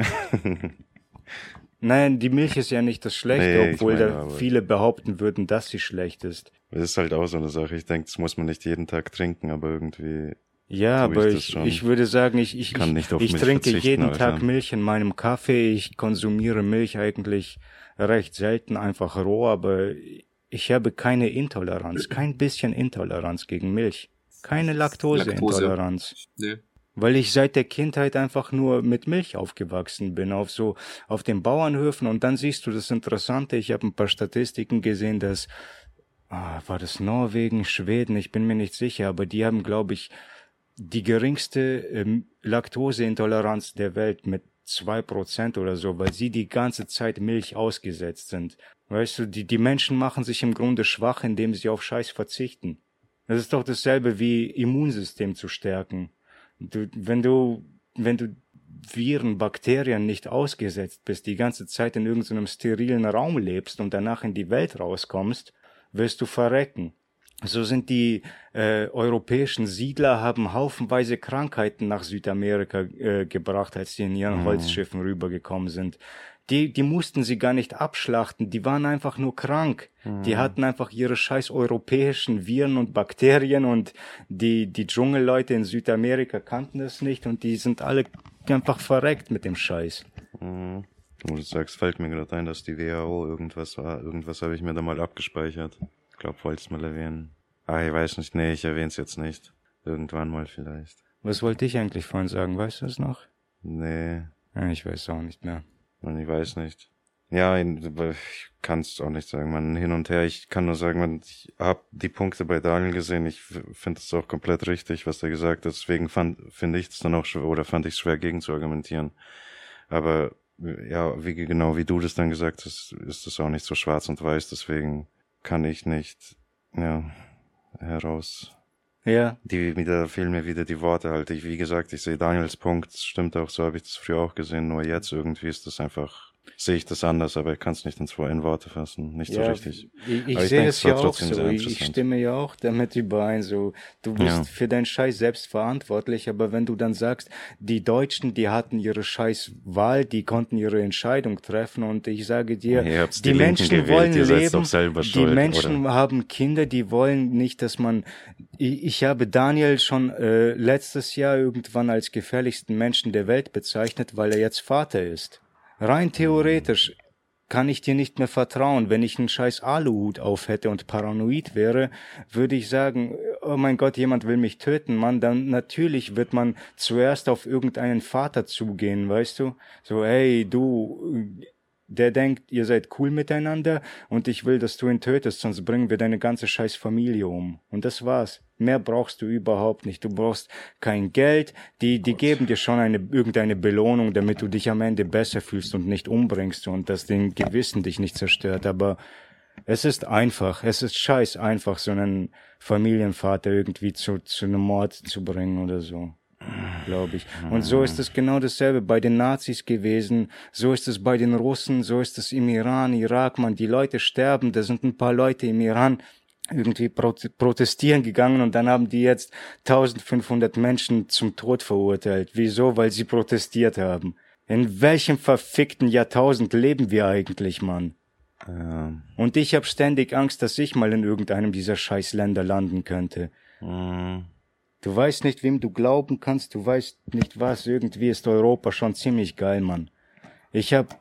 Nein, die Milch ist ja nicht das Schlechte, obwohl viele behaupten würden, dass sie schlecht ist. Es ist halt auch so eine Sache. Ich denke, das muss man nicht jeden Tag trinken, aber irgendwie... Ja, aber ich würde sagen, ich trinke jeden Tag Milch in meinem Kaffee. Ich konsumiere Milch eigentlich recht selten, einfach roh, aber ich habe keine Intoleranz, kein bisschen Intoleranz gegen Milch. Keine Laktoseintoleranz. Nee. Weil ich seit der Kindheit einfach nur mit Milch aufgewachsen bin, auf den Bauernhöfen. Und dann siehst du das Interessante, ich habe ein paar Statistiken gesehen, dass, war das Norwegen, Schweden, ich bin mir nicht sicher, aber die haben, glaube ich, die geringste Laktoseintoleranz der Welt mit 2% oder so, weil sie die ganze Zeit Milch ausgesetzt sind. Weißt du, die Menschen machen sich im Grunde schwach, indem sie auf Scheiß verzichten. Das ist doch dasselbe wie Immunsystem zu stärken. Wenn du Viren, Bakterien nicht ausgesetzt bist, die ganze Zeit in irgendeinem sterilen Raum lebst und danach in die Welt rauskommst, wirst du verrecken. So sind die europäischen Siedler, haben haufenweise Krankheiten nach Südamerika gebracht, als sie in ihren Holzschiffen rübergekommen sind. Die mussten sie gar nicht abschlachten, die waren einfach nur krank. Die hatten einfach ihre scheiß europäischen Viren und Bakterien und die Dschungelleute in Südamerika kannten das nicht und die sind alle einfach verreckt mit dem Scheiß. Wo du sagst, fällt mir gerade ein, dass die WHO irgendwas war. Irgendwas habe ich mir da mal abgespeichert. Ich glaube, wolltest du mal erwähnen. Ich weiß nicht, nee, ich erwähne es jetzt nicht. Irgendwann mal vielleicht. Was wollte ich eigentlich vorhin sagen, weißt du es noch? Nee. Ja, ich weiß auch nicht mehr. Ich weiß nicht. Ja, ich kann es auch nicht sagen. Man, hin und her, ich kann nur sagen, ich habe die Punkte bei Daniel gesehen. Ich finde es auch komplett richtig, was er gesagt hat. Deswegen fand ich es dann auch schwer, oder fand ich es schwer, gegen zu argumentieren. Aber ja, wie du das dann gesagt hast, ist es auch nicht so schwarz und weiß. Deswegen kann ich nicht heraus. Ja. Da fehlen mir wieder die Worte halt. Wie gesagt, ich sehe Daniels Punkt, stimmt auch, so habe ich das früher auch gesehen, nur jetzt irgendwie ist das einfach sehe ich das anders, aber ich kann es nicht in Worte fassen. Nicht so richtig. Ich sehe es ja auch so. Ich stimme ja auch damit überein. So, du bist für deinen Scheiß selbst verantwortlich, aber wenn du dann sagst, die Deutschen, die hatten ihre Scheißwahl, die konnten ihre Entscheidung treffen und ich sage dir, die Menschen wollen leben, die Menschen haben Kinder, die wollen nicht, dass man, ich habe Daniel schon letztes Jahr irgendwann als gefährlichsten Menschen der Welt bezeichnet, weil er jetzt Vater ist. Rein theoretisch kann ich dir nicht mehr vertrauen. Wenn ich einen scheiß Aluhut auf hätte und paranoid wäre, würde ich sagen, oh mein Gott, jemand will mich töten, Mann. Dann natürlich wird man zuerst auf irgendeinen Vater zugehen, weißt du? So, hey, du, der denkt, ihr seid cool miteinander und ich will, dass du ihn tötest, sonst bringen wir deine ganze scheiß Familie um. Und das war's. Mehr brauchst du überhaupt nicht. Du brauchst kein Geld. Die geben dir schon irgendeine Belohnung, damit du dich am Ende besser fühlst und nicht umbringst und dass dein Gewissen dich nicht zerstört. Aber es ist einfach. Es ist scheiß einfach, so einen Familienvater irgendwie zu einem Mord zu bringen oder so. Glaube ich. Und so ist es genau dasselbe bei den Nazis gewesen, so ist es bei den Russen, so ist es im Iran, Irak, man, die Leute sterben, da sind ein paar Leute im Iran irgendwie protestieren gegangen und dann haben die jetzt 1500 Menschen zum Tod verurteilt. Wieso? Weil sie protestiert haben. In welchem verfickten Jahrtausend leben wir eigentlich, Mann? Und ich habe ständig Angst, dass ich mal in irgendeinem dieser Scheißländer landen könnte. Du weißt nicht, wem du glauben kannst, du weißt nicht was, irgendwie ist Europa schon ziemlich geil, Mann. Ich hab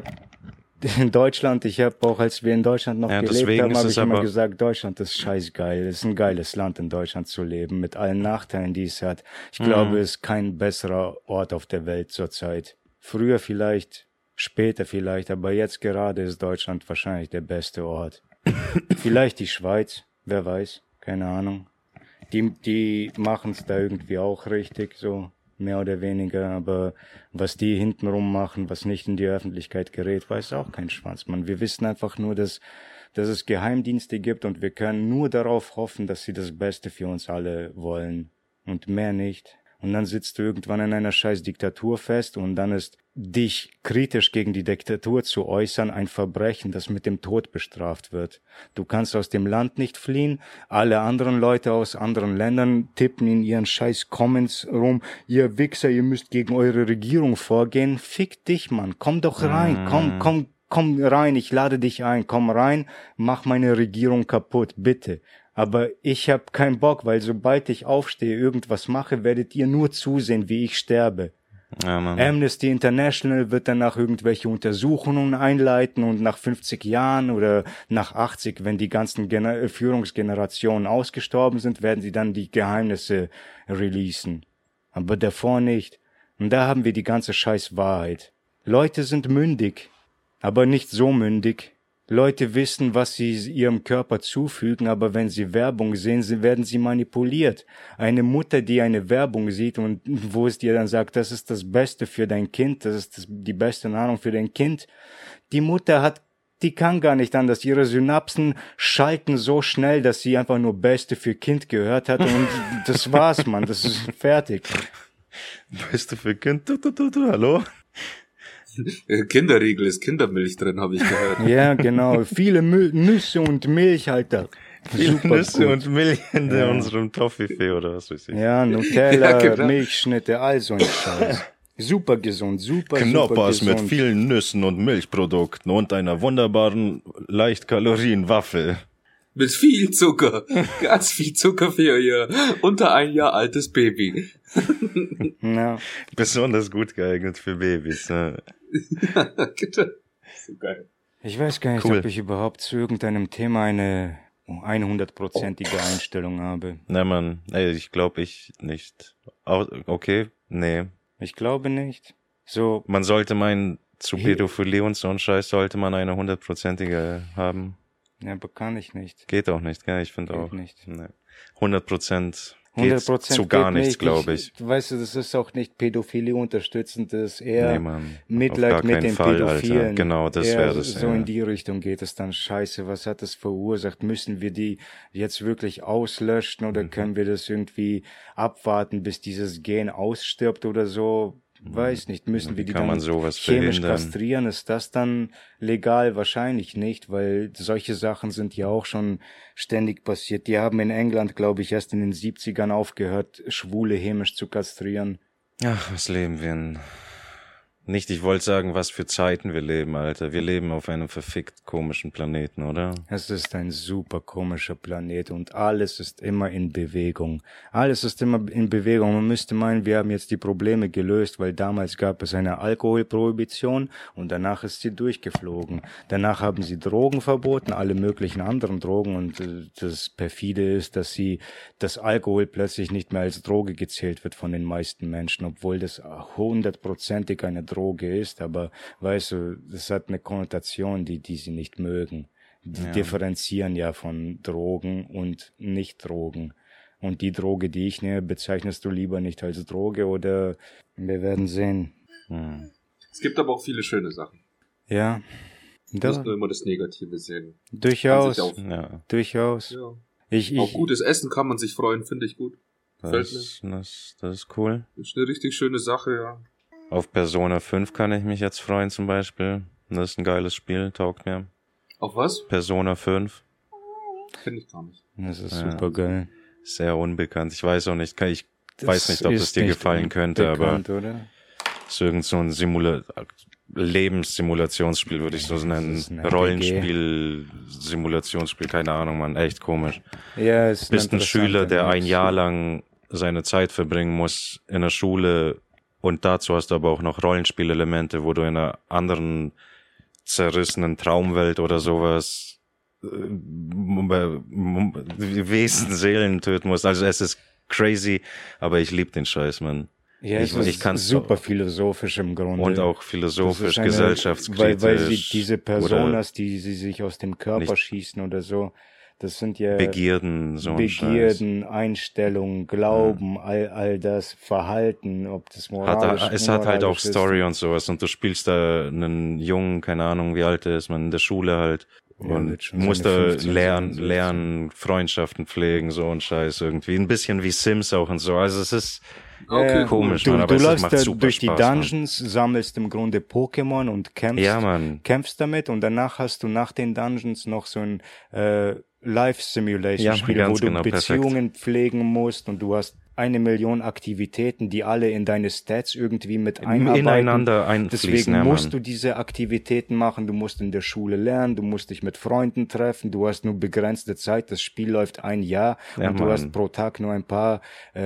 in Deutschland, auch als wir in Deutschland noch gelebt haben, habe ich immer gesagt, Deutschland ist scheißgeil, es ist ein geiles Land, in Deutschland zu leben, mit allen Nachteilen, die es hat. Ich glaube, es ist kein besserer Ort auf der Welt zurzeit. Früher vielleicht, später vielleicht, aber jetzt gerade ist Deutschland wahrscheinlich der beste Ort. Vielleicht die Schweiz, wer weiß, keine Ahnung. Die machen es da irgendwie auch richtig, so mehr oder weniger, aber was die hintenrum machen, was nicht in die Öffentlichkeit gerät, weiß auch kein Schwanz, Mann. Wir wissen einfach nur, dass es Geheimdienste gibt und wir können nur darauf hoffen, dass sie das Beste für uns alle wollen und mehr nicht. Und dann sitzt du irgendwann in einer scheiß Diktatur fest und dann ist dich kritisch gegen die Diktatur zu äußern ein Verbrechen, das mit dem Tod bestraft wird. Du kannst aus dem Land nicht fliehen, alle anderen Leute aus anderen Ländern tippen in ihren scheiß Comments rum, ihr Wichser, ihr müsst gegen eure Regierung vorgehen. Fick dich, Mann, komm doch rein, komm rein, ich lade dich ein, komm rein, mach meine Regierung kaputt, bitte. Aber ich hab keinen Bock, weil sobald ich aufstehe, irgendwas mache, werdet ihr nur zusehen, wie ich sterbe. Ja, Mann. Amnesty International wird danach irgendwelche Untersuchungen einleiten und nach 50 Jahren oder nach 80, wenn die ganzen Führungsgenerationen ausgestorben sind, werden sie dann die Geheimnisse releasen. Aber davor nicht. Und da haben wir die ganze scheiß Wahrheit. Leute sind mündig, aber nicht so mündig. Leute wissen, was sie ihrem Körper zufügen, aber wenn sie Werbung sehen, werden sie manipuliert. Eine Mutter, die eine Werbung sieht und wo es dir dann sagt, das ist das Beste für dein Kind, das ist die beste Nahrung für dein Kind. Die Mutter die kann gar nicht anders. Ihre Synapsen schalten so schnell, dass sie einfach nur Beste für Kind gehört hat und das war's, Mann, das ist fertig. Beste für Kind, hallo? Kinderriegel ist Kindermilch drin, habe ich gehört. Ja, genau. Viele Nüsse und Milch, Alter. Viele Nüsse und Milch in unserem Toffifee oder was weiß ich. Ja, Nutella, ja, genau. Milchschnitte, all so ein Scheiß. Super gesund, super Knoppers gesund. mit vielen Nüssen und Milchprodukten und einer wunderbaren Leichtkalorienwaffel. Mit viel Zucker. Ganz viel Zucker für ihr unter 1 Jahr altes Baby. Ja. Besonders gut geeignet für Babys. Ne? So geil. Ich weiß gar nicht, ob ich überhaupt zu irgendeinem Thema eine 100%ige Einstellung habe. Na Mann, ich glaube nicht. Okay, nee. Ich glaube nicht. So. Man sollte meinen, zu Pädophilie und so ein Scheiß sollte man eine 100%ige haben. Ja, aber kann ich nicht. Geht auch nicht, gell? Ich finde auch. Nicht. Nee. 100% geht zu gar nichts, glaube ich. Weißt du, das ist auch nicht Pädophilie unterstützend, das ist eher Mitleid mit den Pädophilen. Alter. Genau, das wäre das. So in die Richtung geht es dann. Scheiße, was hat das verursacht? Müssen wir die jetzt wirklich auslöschen oder können wir das irgendwie abwarten, bis dieses Gen ausstirbt oder so? weiß nicht, müssen wir die kann dann man sowas chemisch verhindern? kastrieren? Ist das dann legal? Wahrscheinlich nicht, weil solche Sachen sind ja auch schon ständig passiert. Die haben in England, glaube ich, erst in den 70ern aufgehört, Schwule chemisch zu kastrieren. Ach, was leben wir in... Nicht, ich wollte sagen, was für Zeiten wir leben, Alter. Wir leben auf einem verfickt komischen Planeten, oder? Es ist ein super komischer Planet und alles ist immer in Bewegung. Alles ist immer in Bewegung. Man müsste meinen, wir haben jetzt die Probleme gelöst, weil damals gab es eine Alkoholprohibition und danach ist sie durchgeflogen. Danach haben sie Drogen verboten, alle möglichen anderen Drogen, und das perfide ist, dass Alkohol plötzlich nicht mehr als Droge gezählt wird von den meisten Menschen, obwohl das 100%ig eine Droge ist, aber weißt du, das hat eine Konnotation, die sie nicht mögen. Die differenzieren ja von Drogen und Nicht-Drogen. Und die Droge, die ich nehme, bezeichnest du lieber nicht als Droge, oder wir werden sehen. Es gibt aber auch viele schöne Sachen. Ja. Du musst nur immer das Negative sehen. Durchaus. Ja. Durchaus. Ja. Auch gutes Essen kann man sich freuen, finde ich gut. Gefällt mir. Das ist cool. Das ist eine richtig schöne Sache, ja. Auf Persona 5 kann ich mich jetzt freuen zum Beispiel. Das ist ein geiles Spiel, taugt mir. Auf was? Persona 5. Kenn ich gar nicht. Das ist super geil. Sehr unbekannt. Ich weiß auch nicht, ich weiß nicht, ob das dir gefallen könnte, bekannt, aber oder? ist irgend so ein Lebenssimulationsspiel, würde ich so nennen. Rollenspiel, Simulationsspiel, keine Ahnung, Mann, echt komisch. Ja, es ist Bist ein Schüler, der ein Jahr lang seine Zeit verbringen muss in der Schule, und dazu hast du aber auch noch Rollenspielelemente, wo du in einer anderen zerrissenen Traumwelt oder sowas Wesen, Seelen töten musst. Also es ist crazy, aber ich lieb den Scheiß, Mann. Ja, es ist super philosophisch im Grunde. Und auch philosophisch, gesellschaftskritisch. Weil sie diese Personas, die sie sich aus dem Körper schießen oder so, das sind ja Begierden, so Begierden, Einstellungen, Glauben, all das Verhalten, ob das moralisch ist. Es hat halt auch Story und sowas, und du spielst da einen Jungen, keine Ahnung, wie alt er ist, man in der Schule halt, und musst da lernen, Freundschaften pflegen, so ein Scheiß irgendwie. Ein bisschen wie Sims auch und so. Also es ist komisch, man, aber es läufst macht super durch Spaß, die Dungeons, sammelst im Grunde Pokémon und kämpfst damit, und danach hast du nach den Dungeons noch so ein Life-Simulation-Spiel, wo du Beziehungen pflegen musst, und du hast 1 Million Aktivitäten, die alle in deine Stats irgendwie mit einarbeiten. Ineinander einfließen. Deswegen musst du diese Aktivitäten machen, du musst in der Schule lernen, du musst dich mit Freunden treffen, du hast nur begrenzte Zeit, das Spiel läuft 1 Jahr und du hast pro Tag nur ein paar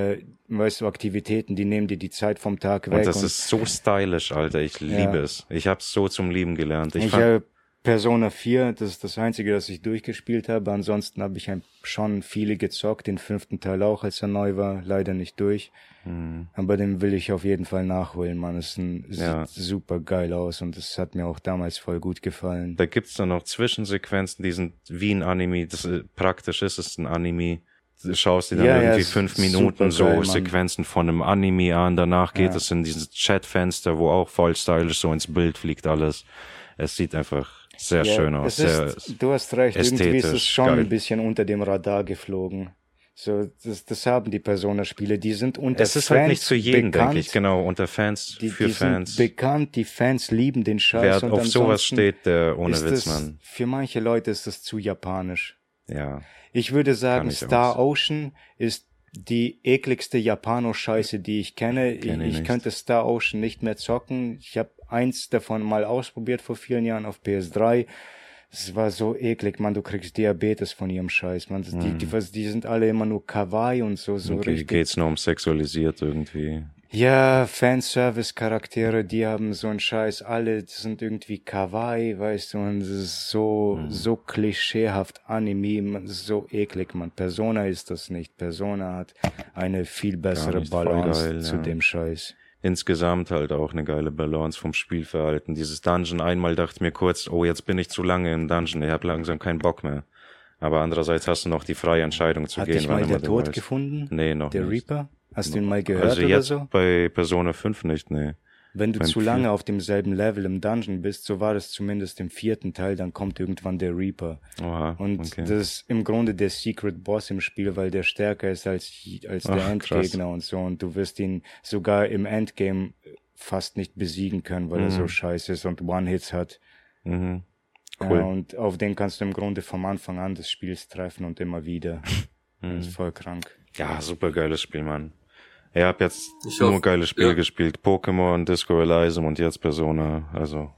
Aktivitäten, die nehmen dir die Zeit vom Tag weg. Und das ist so stylisch, Alter, ich liebe es. Ich hab's so zum Lieben gelernt. Ich habe Persona 4, das ist das Einzige, das ich durchgespielt habe. Ansonsten habe ich schon viele gezockt, den 5. Teil auch, als er neu war, leider nicht durch. Aber den will ich auf jeden Fall nachholen, man. Es sieht super geil aus, und es hat mir auch damals voll gut gefallen. Da gibt's dann noch Zwischensequenzen, die sind wie ein Anime, praktisch ist es ein Anime. Du schaust dir dann irgendwie 5 Minuten so geil, Sequenzen von einem Anime an, danach geht es in dieses Chatfenster, wo auch voll stylisch so ins Bild fliegt alles. Es sieht einfach sehr schön aus. Du hast recht, irgendwie ist es schon ein bisschen unter dem Radar geflogen. So, das haben die Persona-Spiele, die sind unter Fans. Es ist halt nicht für jeden, denke ich, genau, unter Fans, für Fans. Sind bekannt, die Fans lieben den Scheiß. Wer auf sowas steht, der ohne Witz, Mann. Für manche Leute ist das zu japanisch. Ja. Ich würde sagen, Star Ocean ist die ekligste Japano-Scheiße, die ich kenne. Ich könnte Star Ocean nicht mehr zocken. Ich habe eins davon mal ausprobiert vor vielen Jahren auf PS3. Es war so eklig, man, du kriegst Diabetes von ihrem Scheiß, man. Die sind alle immer nur kawaii und so okay, richtig. Geht's nur um sexualisiert irgendwie? Ja, Fanservice-Charaktere, die haben so einen Scheiß, alle sind irgendwie kawaii, weißt du, und es ist so klischeehaft Anime, man, das ist so eklig, man. Persona ist das nicht. Persona hat eine viel bessere Balance zu dem Scheiß. Insgesamt halt auch eine geile Balance vom Spielverhalten. Dieses Dungeon, einmal dachte ich mir kurz, oh, jetzt bin ich zu lange im Dungeon, ich habe langsam keinen Bock mehr. Aber andererseits hast du noch die freie Entscheidung zu gehen. Hat dich mal der Tod gefunden? Nee, noch nicht. Der Reaper? Hast du ihn mal gehört also oder jetzt so? Bei Persona 5 nicht, nee. Wenn du zu lange auf demselben Level im Dungeon bist, so war das zumindest im 4. Teil, dann kommt irgendwann der Reaper. Oha, und das ist im Grunde der Secret Boss im Spiel, weil der stärker ist als der Endgegner und so. Und du wirst ihn sogar im Endgame fast nicht besiegen können, weil er so scheiße ist und One-Hits hat. Mhm. Cool. Und auf den kannst du im Grunde vom Anfang an des Spiels treffen und immer wieder. Das ist voll krank. Ja, super geiles Spiel, Mann. Ich hab jetzt nur geile Spiele gespielt. Pokémon, Disco Elysium und jetzt Persona. Also,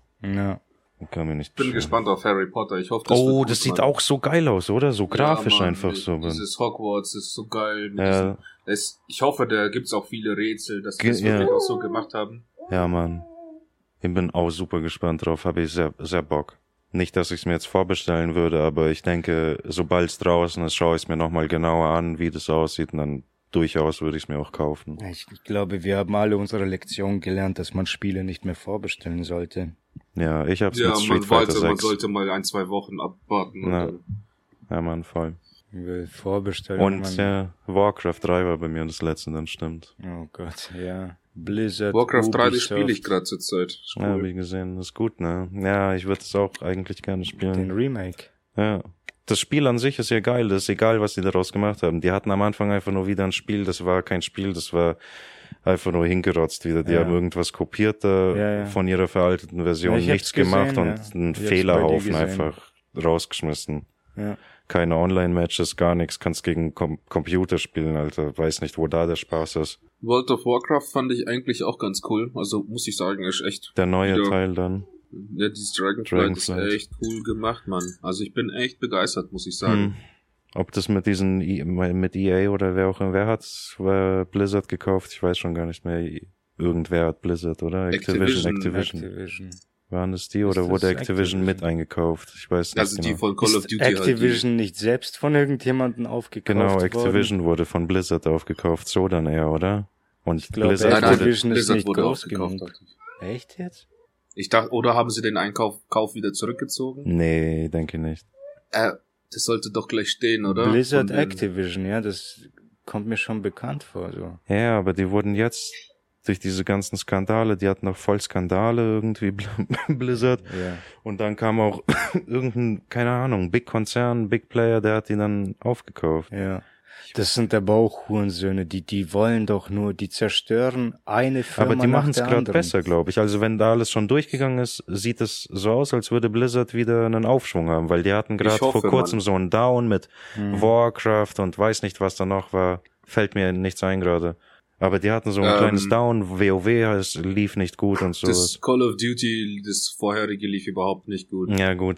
kann mir nicht beschweren. Bin gespannt auf Harry Potter. Ich hoffe, das sieht auch so geil aus, oder? So grafisch einfach so. Dieses Hogwarts ist so geil. Ich hoffe, da gibt's auch viele Rätsel, dass die das wirklich auch so gemacht haben. Ja, Mann. Ich bin auch super gespannt drauf. Habe ich sehr, sehr Bock. Nicht, dass ich es mir jetzt vorbestellen würde, aber ich denke, sobald es draußen ist, schaue ich es mir nochmal genauer an, wie das aussieht, und dann durchaus würde ich es mir auch kaufen. Ich glaube, wir haben alle unsere Lektion gelernt, dass man Spiele nicht mehr vorbestellen sollte. Ja, ich hab's mit Street Fighter 6. Man sollte mal 1-2 Wochen abwarten. Ja, Mann, voll. Vorbestellen. Und Warcraft 3 war bei mir das letzte, dann stimmt. Oh Gott, ja. Blizzard. Warcraft 3, das spiele ich gerade zur Zeit. Cool. Ja, wie gesehen, ist gut, ne? Ja, ich würde es auch eigentlich gerne spielen. Den Remake. Ja. Das Spiel an sich ist ja geil, das ist egal, was die daraus gemacht haben. Die hatten am Anfang einfach nur wieder ein Spiel, das war kein Spiel, das war einfach nur hingerotzt wieder. Die haben irgendwas kopiert von ihrer veralteten Version, nichts gemacht und einen Fehlerhaufen einfach rausgeschmissen. Ja. Keine Online-Matches, gar nichts, kannst gegen Computer spielen, Alter. Weiß nicht, wo da der Spaß ist. World of Warcraft fand ich eigentlich auch ganz cool. Also, muss ich sagen, ist echt... Der neue Teil dann. Ja, dieses Dragonflight ist echt cool gemacht, Mann. Also, ich bin echt begeistert, muss ich sagen. Ob das mit mit EA oder wer hat's Blizzard gekauft? Ich weiß schon gar nicht mehr. Irgendwer hat Blizzard, oder? Activision. Waren es die oder wurde Activision mit eingekauft? Ich weiß nicht. Also die von Call of Duty Activision nicht selbst von irgendjemandem aufgekauft Genau, Activision wurde von Blizzard aufgekauft, so dann eher, oder? Und ich glaube, Activision ist nicht groß genug. Echt jetzt? Ich dachte, oder haben sie den Kauf wieder zurückgezogen? Nee, denke nicht. Das sollte doch gleich stehen, oder? Blizzard Activision, ja, das kommt mir schon bekannt vor, so. Ja, aber die wurden jetzt durch diese ganzen Skandale, die hatten noch voll Skandale irgendwie, Blizzard. Ja. Und dann kam auch irgendein, keine Ahnung, Big Konzern, Big Player, der hat die dann aufgekauft. Ja. Das sind aber auch Hurensöhne, die wollen doch nur, die zerstören eine Firma. Aber die machen es gerade besser, glaube ich. Also wenn da alles schon durchgegangen ist, sieht es so aus, als würde Blizzard wieder einen Aufschwung haben, weil die hatten gerade vor kurzem so einen Down mit Warcraft und weiß nicht, was da noch war. Fällt mir nichts ein gerade. Aber die hatten so ein kleines Down, WoW, es lief nicht gut und so. Das Call of Duty, das vorherige lief überhaupt nicht gut. Ja gut,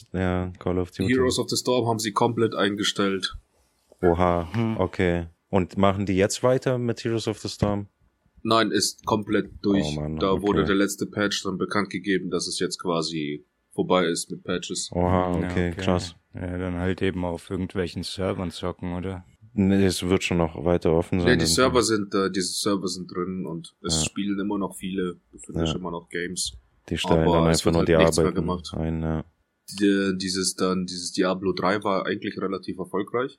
Call of Duty. Heroes of the Storm haben sie komplett eingestellt. Oha, okay. Und machen die jetzt weiter mit Heroes of the Storm? Nein, ist komplett durch. Oh Mann, da wurde der letzte Patch dann bekannt gegeben, dass es jetzt quasi vorbei ist mit Patches. Oha, okay, krass. Ja, dann halt eben auf irgendwelchen Servern zocken, oder? Nee, es wird schon noch weiter offen sein. Ja, diese Server sind drin und es spielen immer noch viele, du findest immer noch Games. Die stellen dann einfach nur die Arbeit ein, ja. Dieses Diablo 3 war eigentlich relativ erfolgreich.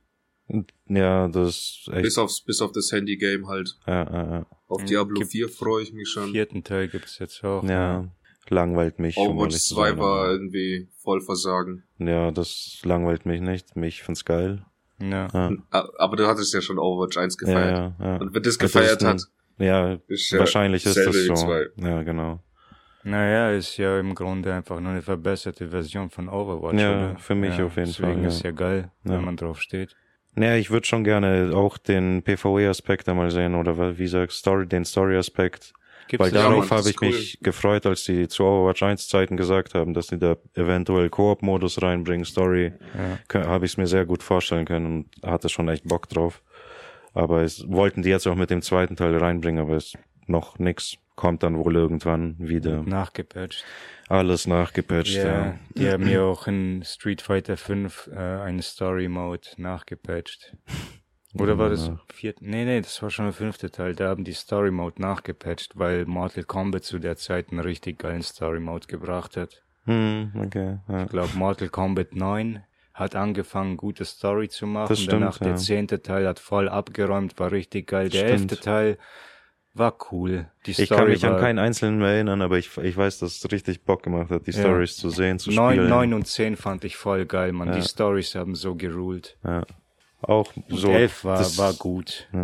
Ja, das ist echt... Bis auf das Handy-Game halt. Ja. Auf Diablo 4 freue ich mich schon. 4. Teil gibt's jetzt auch. Ja, langweilt mich. Overwatch 2 war irgendwie voll Versagen. Ja, das langweilt mich nicht. Mich find's geil. Ja. Aber du hattest ja schon Overwatch 1 gefeiert. Ja. Und wer das gefeiert hat, wahrscheinlich ist das so. 2. Ja, genau. Naja, ist ja im Grunde einfach nur eine verbesserte Version von Overwatch, ja, oder? Für mich auf jeden Fall. Deswegen ist ja geil, wenn man drauf steht. Naja, ich würde schon gerne auch den PvE-Aspekt einmal sehen, oder wie sagst den Story-Aspekt. Weil darauf habe ich mich gefreut, als die zu Overwatch 1 Zeiten gesagt haben, dass die da eventuell Koop-Modus reinbringen, Story. Habe ich es mir sehr gut vorstellen können und hatte schon echt Bock drauf. Aber wollten die jetzt auch mit dem zweiten Teil reinbringen, aber ist noch nix. Kommt dann wohl irgendwann wieder. Nachgepatcht. Alles nachgepatcht, ja. Die haben ja auch in Street Fighter 5 einen Story-Mode nachgepatcht. Oder war das 4? Nee, das war schon der 5. Teil. Da haben die Story-Mode nachgepatcht, weil Mortal Kombat zu der Zeit einen richtig geilen Story-Mode gebracht hat. Okay. Ja. Ich glaube, Mortal Kombat 9 hat angefangen, gute Story zu machen. Das stimmt, danach der 10. Teil hat voll abgeräumt, war richtig geil. Der 11. Teil war cool. Die Story ich kann mich an keinen einzelnen mehr erinnern, aber ich weiß, dass es richtig Bock gemacht hat, die Storys zu sehen, zu spielen. 9 und 10 fand ich voll geil, man. Die Storys haben so geruled. Ja. Auch so. 11 war gut. Ja.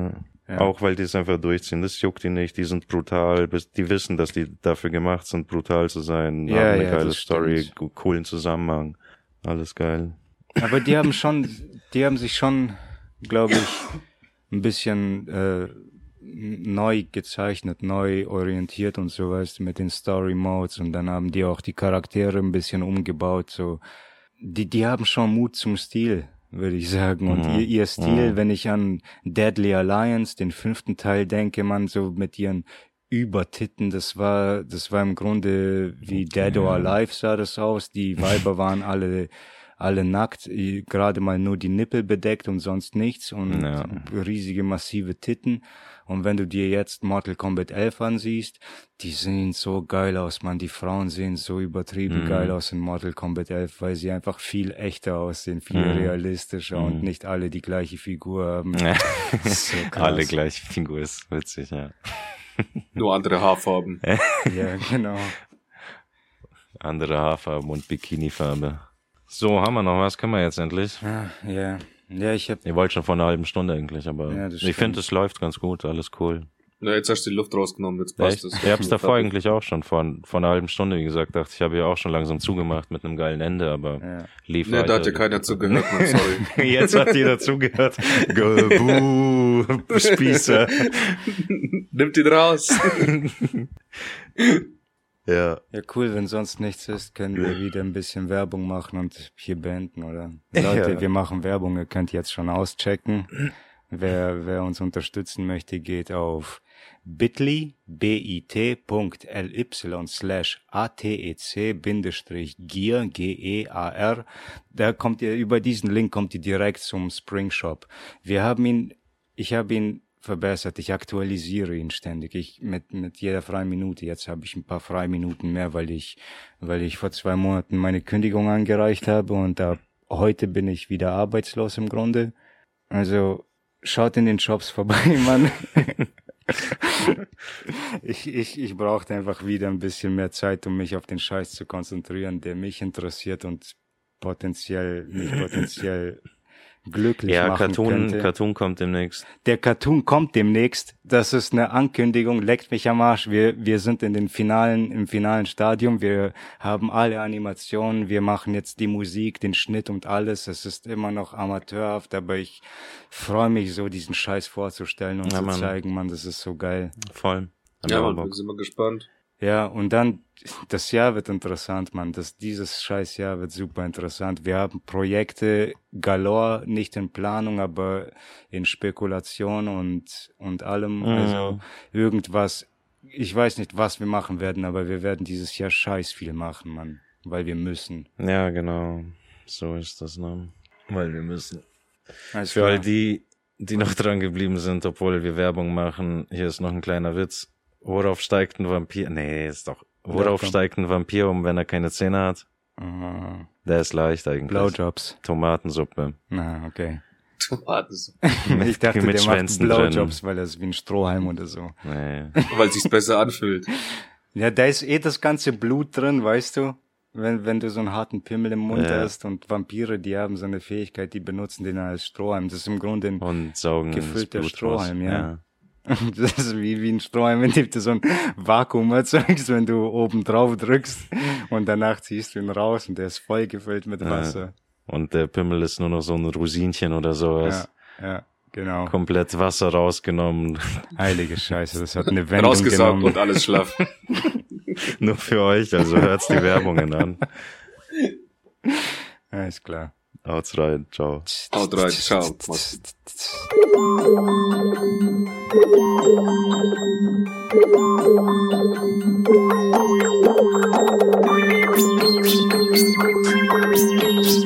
Ja. Auch weil die es einfach durchziehen. Das juckt die nicht. Die sind brutal. Die wissen, dass die dafür gemacht sind, brutal zu sein. Ja, haben eine geile Story, coolen Zusammenhang. Alles geil. Aber die haben sich schon, glaube ich, ein bisschen neu gezeichnet, neu orientiert und so, weißt du, mit den Story Modes, und dann haben die auch die Charaktere ein bisschen umgebaut, so. Die haben schon Mut zum Stil, würde ich sagen. Und ihr Stil, wenn ich an Deadly Alliance, den 5. Teil denke, man, so mit ihren Übertitten, das war im Grunde wie Dead or Alive sah das aus. Die Weiber waren alle nackt, gerade mal nur die Nippel bedeckt und sonst nichts, und riesige, massive Titten. Und wenn du dir jetzt Mortal Kombat 11 ansiehst, die sehen so geil aus, man. Die Frauen sehen so übertrieben geil aus in Mortal Kombat 11, weil sie einfach viel echter aussehen, viel realistischer und nicht alle die gleiche Figur haben. So alle gleiche Figur ist witzig, ja. Nur andere Haarfarben. Ja, genau. Andere Haarfarben und Bikinifarbe. So, haben wir noch was? Können wir jetzt endlich? Ja. Ja, Ihr wollt schon vor einer halben Stunde eigentlich, aber ich finde, es läuft ganz gut, alles cool. Na, jetzt hast du die Luft rausgenommen, jetzt passt es. Ich hab's davor eigentlich auch schon vor einer halben Stunde, wie gesagt, dachte ich, habe ja auch schon langsam zugemacht mit einem geilen Ende, aber lief weiter. Da hat ja keiner zugehört, man, sorry. Jetzt hat jeder zugehört. Buh, Spießer. Nimmt ihn raus. Ja, cool, wenn sonst nichts ist, können wir wieder ein bisschen Werbung machen und hier beenden, oder? Leute, wir machen Werbung, ihr könnt jetzt schon auschecken. Wer uns unterstützen möchte, geht auf bit.ly/atec-gear, G-E-A-R. Über diesen Link kommt ihr direkt zum Spring Shop. Ich habe ihn verbessert, ich aktualisiere ihn ständig. Mit jeder freien Minute. Jetzt habe ich ein paar freie Minuten mehr, weil ich vor 2 Monaten meine Kündigung eingereicht habe, und heute bin ich wieder arbeitslos im Grunde. Also schaut in den Shops vorbei, Mann. Ich brauchte einfach wieder ein bisschen mehr Zeit, um mich auf den Scheiß zu konzentrieren, der mich interessiert und mich potenziell glücklich machen könnte. Cartoon kommt demnächst. Der Cartoon kommt demnächst. Das ist eine Ankündigung. Leckt mich am Arsch. Wir sind im finalen Stadium. Wir haben alle Animationen. Wir machen jetzt die Musik, den Schnitt und alles. Es ist immer noch amateurhaft, aber ich freue mich so, diesen Scheiß vorzustellen und zu zeigen, man, das ist so geil. Voll. Wir sind mal gespannt. Ja, und dann, das Jahr wird interessant, Mann. Dieses Scheißjahr wird super interessant. Wir haben Projekte galore, nicht in Planung, aber in Spekulation und allem. Also irgendwas, ich weiß nicht, was wir machen werden, aber wir werden dieses Jahr scheiß viel machen, Mann. Weil wir müssen. Ja, genau. So ist das, ne? Weil wir müssen. Also für all die noch dran geblieben sind, obwohl wir Werbung machen, hier ist noch ein kleiner Witz. Worauf steigt ein Vampir? Worauf steigt ein Vampir um, wenn er keine Zähne hat? Der ist leicht eigentlich. Blowjobs. Tomatensuppe. Na, okay. Tomatensuppe. Ich dachte, mit der macht Schwänzen Blowjobs, drin. weil er ist wie ein Strohhalm oder so. Nee. Weil sich's besser anfühlt. Ja, da ist das ganze Blut drin, weißt du? Wenn du so einen harten Pimmel im Mund hast, und Vampire, die haben so eine Fähigkeit, die benutzen den als Strohhalm. Das ist im Grunde ein gefüllter Strohhalm, ja. Das ist wie ein Strohhalm, wenn du so ein Vakuum erzeugst, wenn du oben drauf drückst und danach ziehst du ihn raus und der ist voll gefüllt mit Wasser. Und der Pimmel ist nur noch so ein Rosinchen oder sowas. Ja, genau. Komplett Wasser rausgenommen. Heilige Scheiße, das hat eine Wendung rausgesaugt genommen. Und alles schlaff. Nur für euch, also hört's die Werbungen an. Ja, ist klar. Haut's rein, ciao. Haut rein, ciao. Mach's.